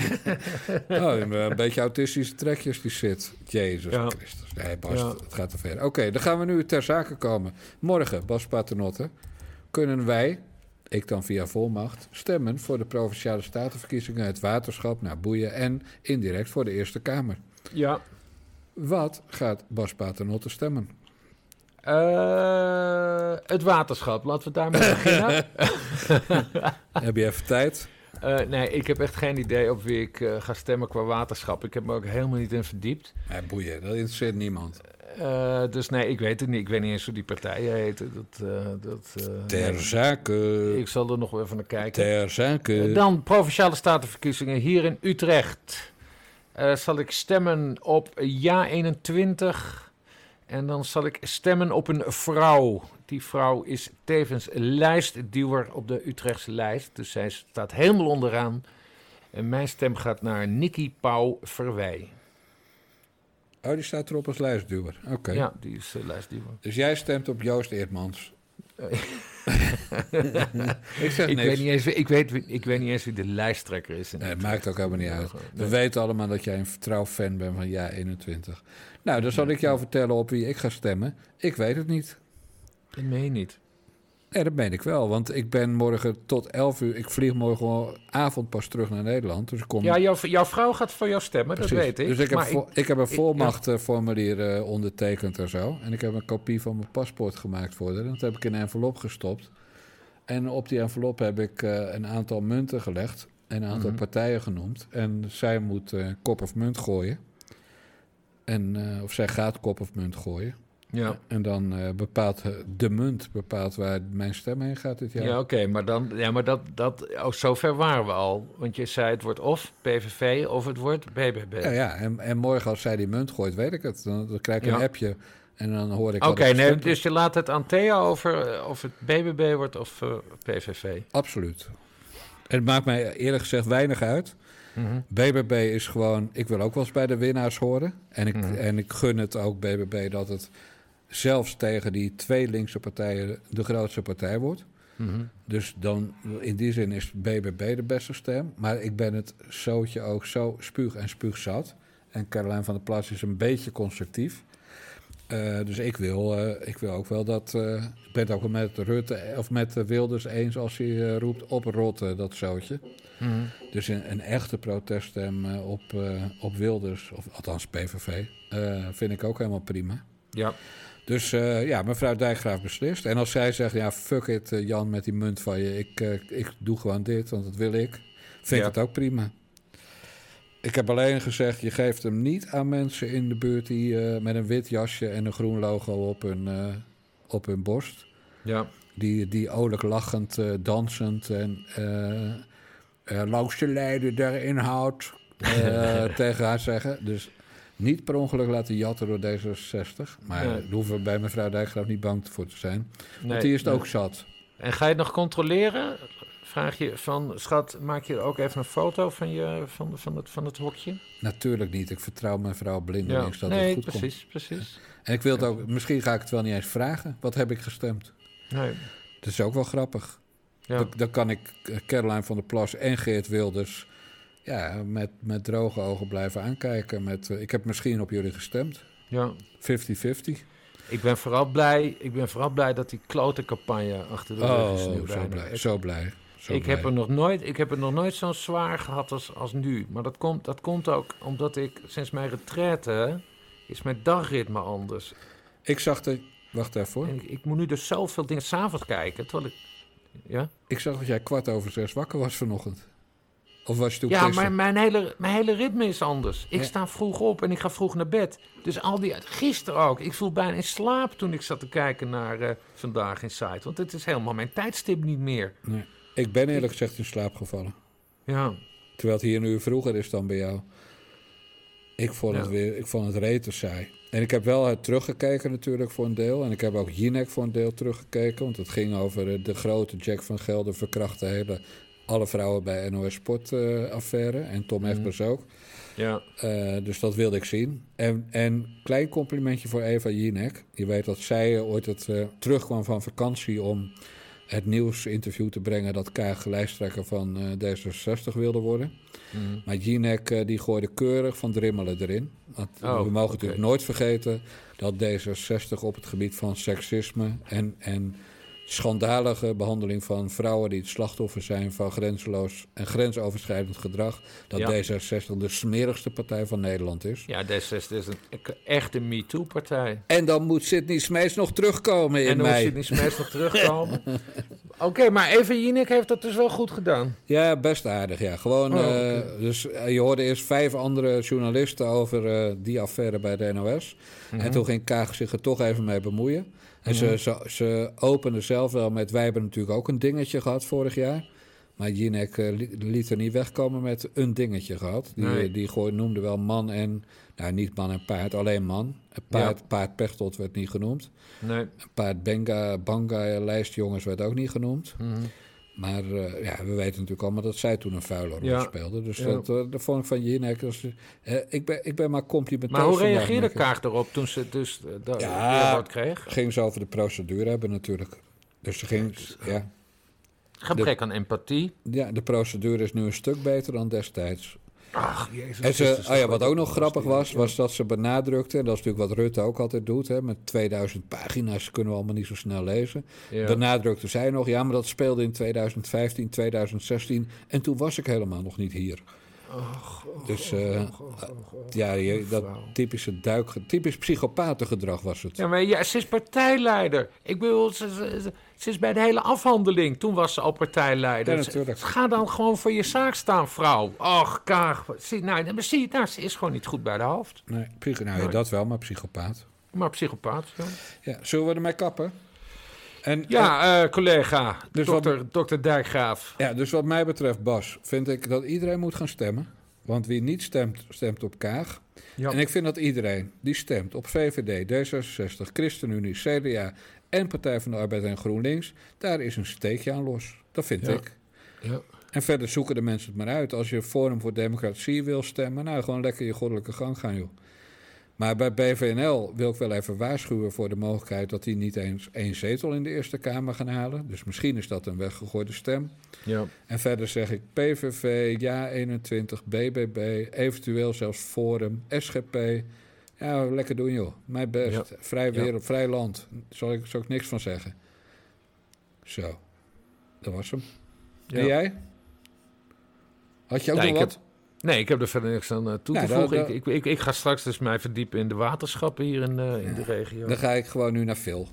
Nou, een beetje autistische trekjes die zit. Jezus ja. Christus. Nee, Bas, ja. het gaat te ver. Oké, okay, dan gaan we nu ter zake komen. Morgen, Bas Paternotte, kunnen wij... ik dan via volmacht, stemmen voor de Provinciale Statenverkiezingen, het waterschap, naar boeien en indirect voor de Eerste Kamer. Ja. Wat gaat Bas Paternotte stemmen? Uh, het waterschap, laten we daarmee beginnen. Heb je even tijd? Uh, nee, ik heb echt geen idee op wie ik uh, ga stemmen qua waterschap. Ik heb me ook helemaal niet in verdiept. Ja, boeien, dat interesseert niemand. Uh, dus nee, ik weet het niet. Ik weet niet eens hoe die partijen heten. Dat, uh, dat, uh, Ter nee. zake. Ik zal er nog wel even naar kijken. Ter zake. Uh, dan Provinciale Statenverkiezingen hier in Utrecht. Uh, zal ik stemmen op ja eenentwintig. En dan zal ik stemmen op een vrouw. Die vrouw is tevens lijstduwer op de Utrechtse lijst. Dus zij staat helemaal onderaan. En mijn stem gaat naar Nicky Pauw Verwij. Oh, die staat erop als lijstduwer. Oké. Okay. Ja, die is uh, lijstduwer. Dus jij stemt op Joost Eertmans? ik zeg ik niks. Weet niet eens, ik, weet, ik weet niet eens wie de lijsttrekker is. Nee, het maakt ook helemaal niet uit. We nee. weten allemaal dat jij een trouw fan bent van Ja eenentwintig. Nou, dan zal ik jou vertellen op wie ik ga stemmen. Ik weet het niet. Dat meen je niet. Nee, dat meen ik wel. Want ik ben morgen tot elf uur... Ik vlieg morgenavond pas terug naar Nederland. Dus ik kom... Ja, jouw, jouw vrouw gaat voor jou stemmen, Precies. dat weet ik. Dus ik heb, maar vo- ik, ik heb een ik- volmachtformulier uh, ondertekend en zo. En ik heb een kopie van mijn paspoort gemaakt voor haar. En dat heb ik in een envelop gestopt. En op die envelop heb ik uh, een aantal munten gelegd. En een aantal Mhm. partijen genoemd. En zij moet uh, kop of munt gooien. En, uh, of zij gaat kop of munt gooien. Ja. En dan uh, bepaalt uh, de munt bepaalt waar mijn stem heen gaat dit jaar. Ja, oké, okay, maar, dan, ja, maar dat, dat, oh, zover waren we al. Want je zei het wordt of P V V of het wordt B B B. Ja, ja. En, en morgen als zij die munt gooit, weet ik het. Dan, dan krijg ik Ja. een appje en dan hoor ik... Oké, okay, nee, dus je laat het aan Thea over uh, of het B B B wordt of uh, P V V. Absoluut. En het maakt mij eerlijk gezegd weinig uit. Mm-hmm. B B B is gewoon... Ik wil ook wel eens bij de winnaars horen. En ik, Mm-hmm. en ik gun het ook B B B dat het zelfs tegen die twee linkse partijen de grootste partij wordt. Mm-hmm. Dus dan in die zin is B B B de beste stem. Maar ik ben het zootje ook zo spuug en spuug zat. En Caroline van der Plas is een beetje constructief. Uh, dus ik wil, uh, ik wil ook wel dat... Uh, ik ben het ook wel met Rutte of met uh, Wilders eens als hij uh, roept oprotten, dat zootje. Mm-hmm. Dus een, een echte proteststem uh, op, uh, op Wilders, of althans P V V, uh, vind ik ook helemaal prima. Ja. Dus uh, ja, mevrouw Dijkgraaf beslist. En als zij zegt, ja, fuck it, uh, Jan, met die munt van je. Ik, uh, ik doe gewoon dit, want dat wil ik. Vind ik Ja. het ook prima. Ik heb alleen gezegd, je geeft hem niet aan mensen in de buurt die uh, met een wit jasje en een groen logo op hun, uh, op hun borst. Ja. Die, die oorlijk lachend, uh, dansend en uh, uh, langs de lijden daarin houdt uh, tegen haar zeggen. Dus niet per ongeluk laten jatten door D zesenzestig. Maar Nee. daar hoeven we bij mevrouw Dijkgraaf niet bang voor te zijn. Nee, want die is het nee. ook zat. En ga je het nog controleren? Vraag je van, schat, maak je ook even een foto van, je, van, van, het, van het hokje? Natuurlijk niet. Ik vertrouw mevrouw Blindelings dat nee, het goed precies, komt. precies. En ik wil het ook, misschien ga ik het wel niet eens vragen. Wat heb ik gestemd? Nee. Dat is ook wel grappig. Ja. Dan, dan kan ik Caroline van der Plas en Geert Wilders ja, met, met droge ogen blijven aankijken. Met, uh, ik heb misschien op jullie gestemd. Ja. vijftig vijftig. Ik ben vooral blij, ik ben vooral blij dat die klote campagne achter de rug is nu. Oh, zo bijna. blij. Ik, Zo blij. Zo ik, blij. heb er nog nooit, ik heb er nog nooit zo zwaar gehad als, als nu. Maar dat komt, dat komt ook omdat ik sinds mijn retraite is mijn dagritme anders. Ik zag de... Wacht even hoor. En ik, ik moet nu dus zoveel dingen 's avonds kijken, terwijl ik... Ja, Ik zag dat jij kwart over zes wakker was vanochtend. Of was je toen ja pissen? maar mijn hele, mijn hele ritme is anders. Ik Ja. sta vroeg op en ik ga vroeg naar bed. Dus al die... Gisteren ook. Ik viel bijna in slaap toen ik zat te kijken naar uh, Vandaag in Site. Want het is helemaal mijn tijdstip niet meer. Nee. Ik ben eerlijk gezegd in slaap gevallen. Ja. Terwijl het hier een uur vroeger is dan bij jou. Ik vond Ja. het weer, ik vond het rete saai. En ik heb wel uh, teruggekeken natuurlijk voor een deel. En ik heb ook Jinek voor een deel teruggekeken. Want het ging over uh, de grote Jack van Gelder verkrachte hele... alle vrouwen bij N O S Sport uh, affaire. En Tom Mhm. Egbers ook. Ja. Uh, dus dat wilde ik zien. En, en klein complimentje voor Eva Jinek. Je weet dat zij uh, ooit het, uh, terugkwam van vakantie om het nieuwsinterview te brengen dat Kaag lijsttrekker van uh, D zesenzestig wilde worden. Mhm. Maar Jinek uh, die gooide keurig van Drimmelen erin. Want Oh, we mogen oké. natuurlijk nooit vergeten dat D zesenzestig op het gebied van seksisme en, en schandalige behandeling van vrouwen die het slachtoffer zijn van grenzeloos en grensoverschrijdend gedrag, dat Ja. D zesenzestig de smerigste partij van Nederland is. Ja, D zesenzestig is een e- echte MeToo-partij. En dan moet Sidney Smeets nog terugkomen in En dan moet mei. Sidney Smeets nog terugkomen. Oké, okay, maar Eva Jinek heeft dat dus wel goed gedaan. Ja, best aardig, ja. Gewoon, Oh, uh, okay. dus uh, je hoorde eerst vijf andere journalisten over uh, die affaire bij de N O S. Mm-hmm. En toen ging Kaag zich er toch even mee bemoeien. En Mm-hmm. ze, ze, ze openden zelf wel met... Wij hebben natuurlijk ook een dingetje gehad vorig jaar. Maar Jinek uh, li- liet er niet wegkomen met een dingetje gehad. Die, Nee. die gooi, noemde wel man en... Nou, niet man en paard, alleen man. Paard, Ja. paard Pechtold werd niet genoemd. Nee. Paard Benga, Banga, lijstjongens werd ook niet genoemd. Mm-hmm. Maar uh, ja, we weten natuurlijk allemaal dat zij toen een vuile rol Ja. speelde. Dus Ja. dat, uh, dat vond ik van Jinek... Dus, uh, ik, ben, ik ben maar complimenteus. Maar hoe vandaag, reageerde merk ik. Kaag erop toen ze dus uh, dat Ja, weerwoord kreeg? Ging ze over de procedure hebben natuurlijk. Dus er ging, ja... Gebrek de, aan empathie. Ja, de procedure is nu een stuk beter dan destijds. Ach, jezus. En ze, oh ja, wat ook nog grappig was, was dat ze benadrukte... en dat is natuurlijk wat Rutte ook altijd doet... Hè, met tweeduizend pagina's kunnen we allemaal niet zo snel lezen. Ja. Benadrukte zij nog, ja, maar dat speelde in tweeduizend vijftien, tweeduizend zestien... en toen was ik helemaal nog niet hier. Och, och, dus uh, och, och, och, och, ja, je, dat typische duik, typisch psychopatengedrag was het. Ja, maar ja, ze is partijleider. Ik bedoel, ze, ze, ze is bij de hele afhandeling. Toen was ze al partijleider. Ja, natuurlijk. Ze, ga dan gewoon voor je zaak staan, vrouw. Och, Kaag. Zie, nou, zie, nou, ze is gewoon niet goed bij de hoofd. Nee, psych- nou, nee. Dat wel, maar psychopaat. Maar psychopaat, ja. Ja, zullen we ermee kappen? En, ja, uh, collega, dus dokter, wat, dokter Dijkgraaf. Ja, dus wat mij betreft, Bas, vind ik dat iedereen moet gaan stemmen. Want wie niet stemt, stemt op Kaag. Ja. En ik vind dat iedereen die stemt op V V D, D zesenzestig, ChristenUnie, C D A en Partij van de Arbeid en GroenLinks, daar is een steekje aan los. Dat vind ja. ik. Ja. En verder zoeken de mensen het maar uit. Als je Forum voor Democratie wil stemmen, nou, gewoon lekker je goddelijke gang gaan, joh. Maar bij B V N L wil ik wel even waarschuwen voor de mogelijkheid dat die niet eens één zetel in de Eerste Kamer gaan halen. Dus misschien is dat een weggegooide stem. Ja. En verder zeg ik P V V, Ja eenentwintig, B B B, eventueel zelfs Forum, S G P. Ja, lekker doen joh. Mijn best. Ja. Vrij wereld, ja. vrij land. Daar zal ik, zal ik niks van zeggen. Zo. Dat was hem. Ja. En jij? Had je ook ja, nog wat? Heb... Nee, ik heb er verder niks aan uh, toe nou, te voegen. Dat, dat... Ik, ik, ik, ik ga straks dus mij verdiepen in de waterschappen hier in, uh, in ja, de regio. Dan ga ik gewoon nu naar Phil.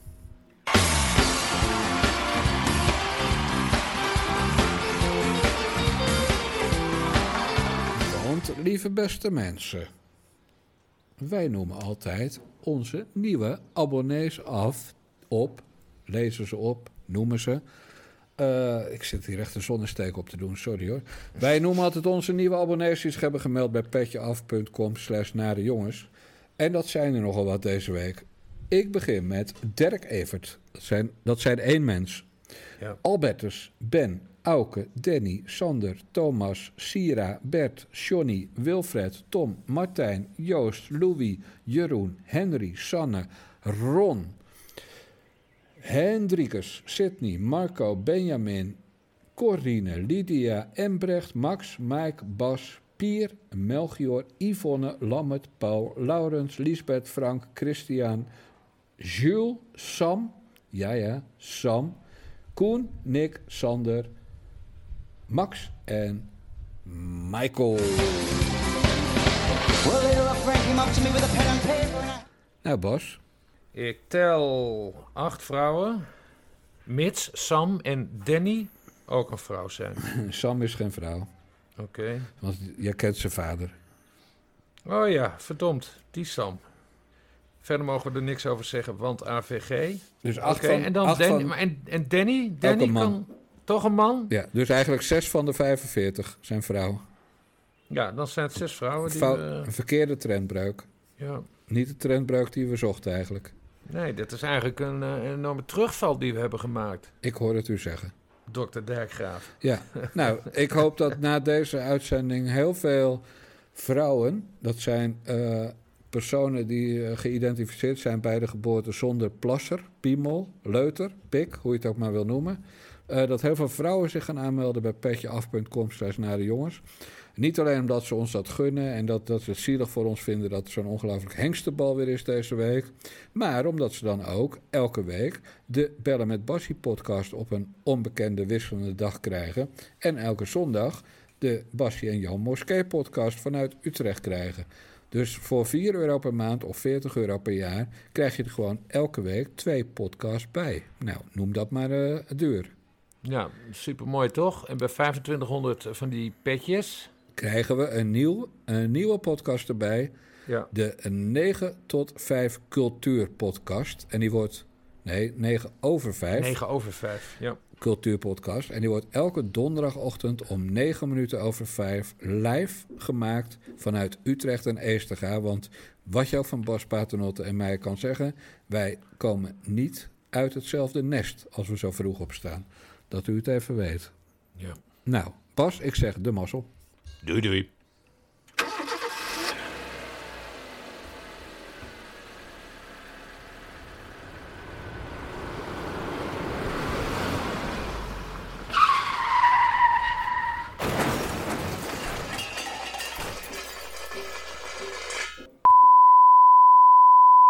Want, lieve beste mensen, wij noemen altijd onze nieuwe abonnees af op, lezen ze op, noemen ze... Uh, ik zit hier echt een zonnesteek op te doen, sorry hoor. Wij noemen altijd onze nieuwe abonnees die zich hebben gemeld bij petjeaf.com slash nare jongens. En dat zijn er nogal wat deze week. Ik begin met Dirk Evert. Dat zijn, dat zijn één mens. Ja. Albertus, Ben, Auke, Danny, Sander, Thomas, Sira, Bert, Johnny, Wilfred, Tom, Martijn, Joost, Louis, Jeroen, Henry, Sanne, Ron... Hendrikus, Sydney, Marco, Benjamin, Corine, Lydia, Embrecht, Max, Mike, Bas, Pier, Melchior, Yvonne, Lammert, Paul, Laurens, Lisbeth, Frank, Christian, Jules, Sam, ja ja, Sam, Koen, Nick, Sander, Max en Michael. Nou Bas. Ik tel acht vrouwen, mits Sam en Danny ook een vrouw zijn. Sam is geen vrouw. Oké. Okay. Want jij kent zijn vader. Oh ja, verdomd, die Sam. Verder mogen we er niks over zeggen, want A V G. Dus acht okay, van... En, dan acht Danny, van, maar en, en Danny? Danny een man. kan toch een man? Ja, dus eigenlijk zes van de vijfenveertig zijn vrouwen. Ja, dan zijn het zes vrouwen die... Fout, we... Een verkeerde trendbreuk. Ja. Niet de trendbreuk die we zochten eigenlijk. Nee, dat is eigenlijk een, uh, een enorme terugval die we hebben gemaakt. Ik hoor het u zeggen. dokter Dijkgraaf. Ja, nou, ik hoop dat na deze uitzending heel veel vrouwen... dat zijn uh, personen die uh, geïdentificeerd zijn bij de geboorte zonder plasser, piemel, leuter, pik, hoe je het ook maar wil noemen... Uh, dat heel veel vrouwen zich gaan aanmelden bij petjeaf.com slash nare jongens. Niet alleen omdat ze ons dat gunnen en dat, dat ze het zielig voor ons vinden dat er zo'n ongelooflijk hengstenbal weer is deze week. Maar omdat ze dan ook elke week de Bellen met Bassie podcast op een onbekende wisselende dag krijgen. En elke zondag de Bassie en Jan Moskee podcast vanuit Utrecht krijgen. Dus voor vier euro per maand of veertig euro per jaar krijg je er gewoon elke week twee podcasts bij. Nou, noem dat maar uh, duur. Ja, supermooi toch? En bij vijfentwintighonderd van die petjes... krijgen we een, nieuw, een nieuwe podcast erbij. Ja. De negen tot vijf cultuurpodcast. En die wordt... Nee, negen over vijf. negen over vijf, ja. Cultuurpodcast. En die wordt elke donderdagochtend om negen minuten over vijf live gemaakt vanuit Utrecht en Eestega. Want wat je ook van Bas Paternotte en mij kan zeggen... wij komen niet uit hetzelfde nest als we zo vroeg opstaan. Dat u het even weet. Ja. Nou, Bas, ik zeg de mazzel. Doei doei.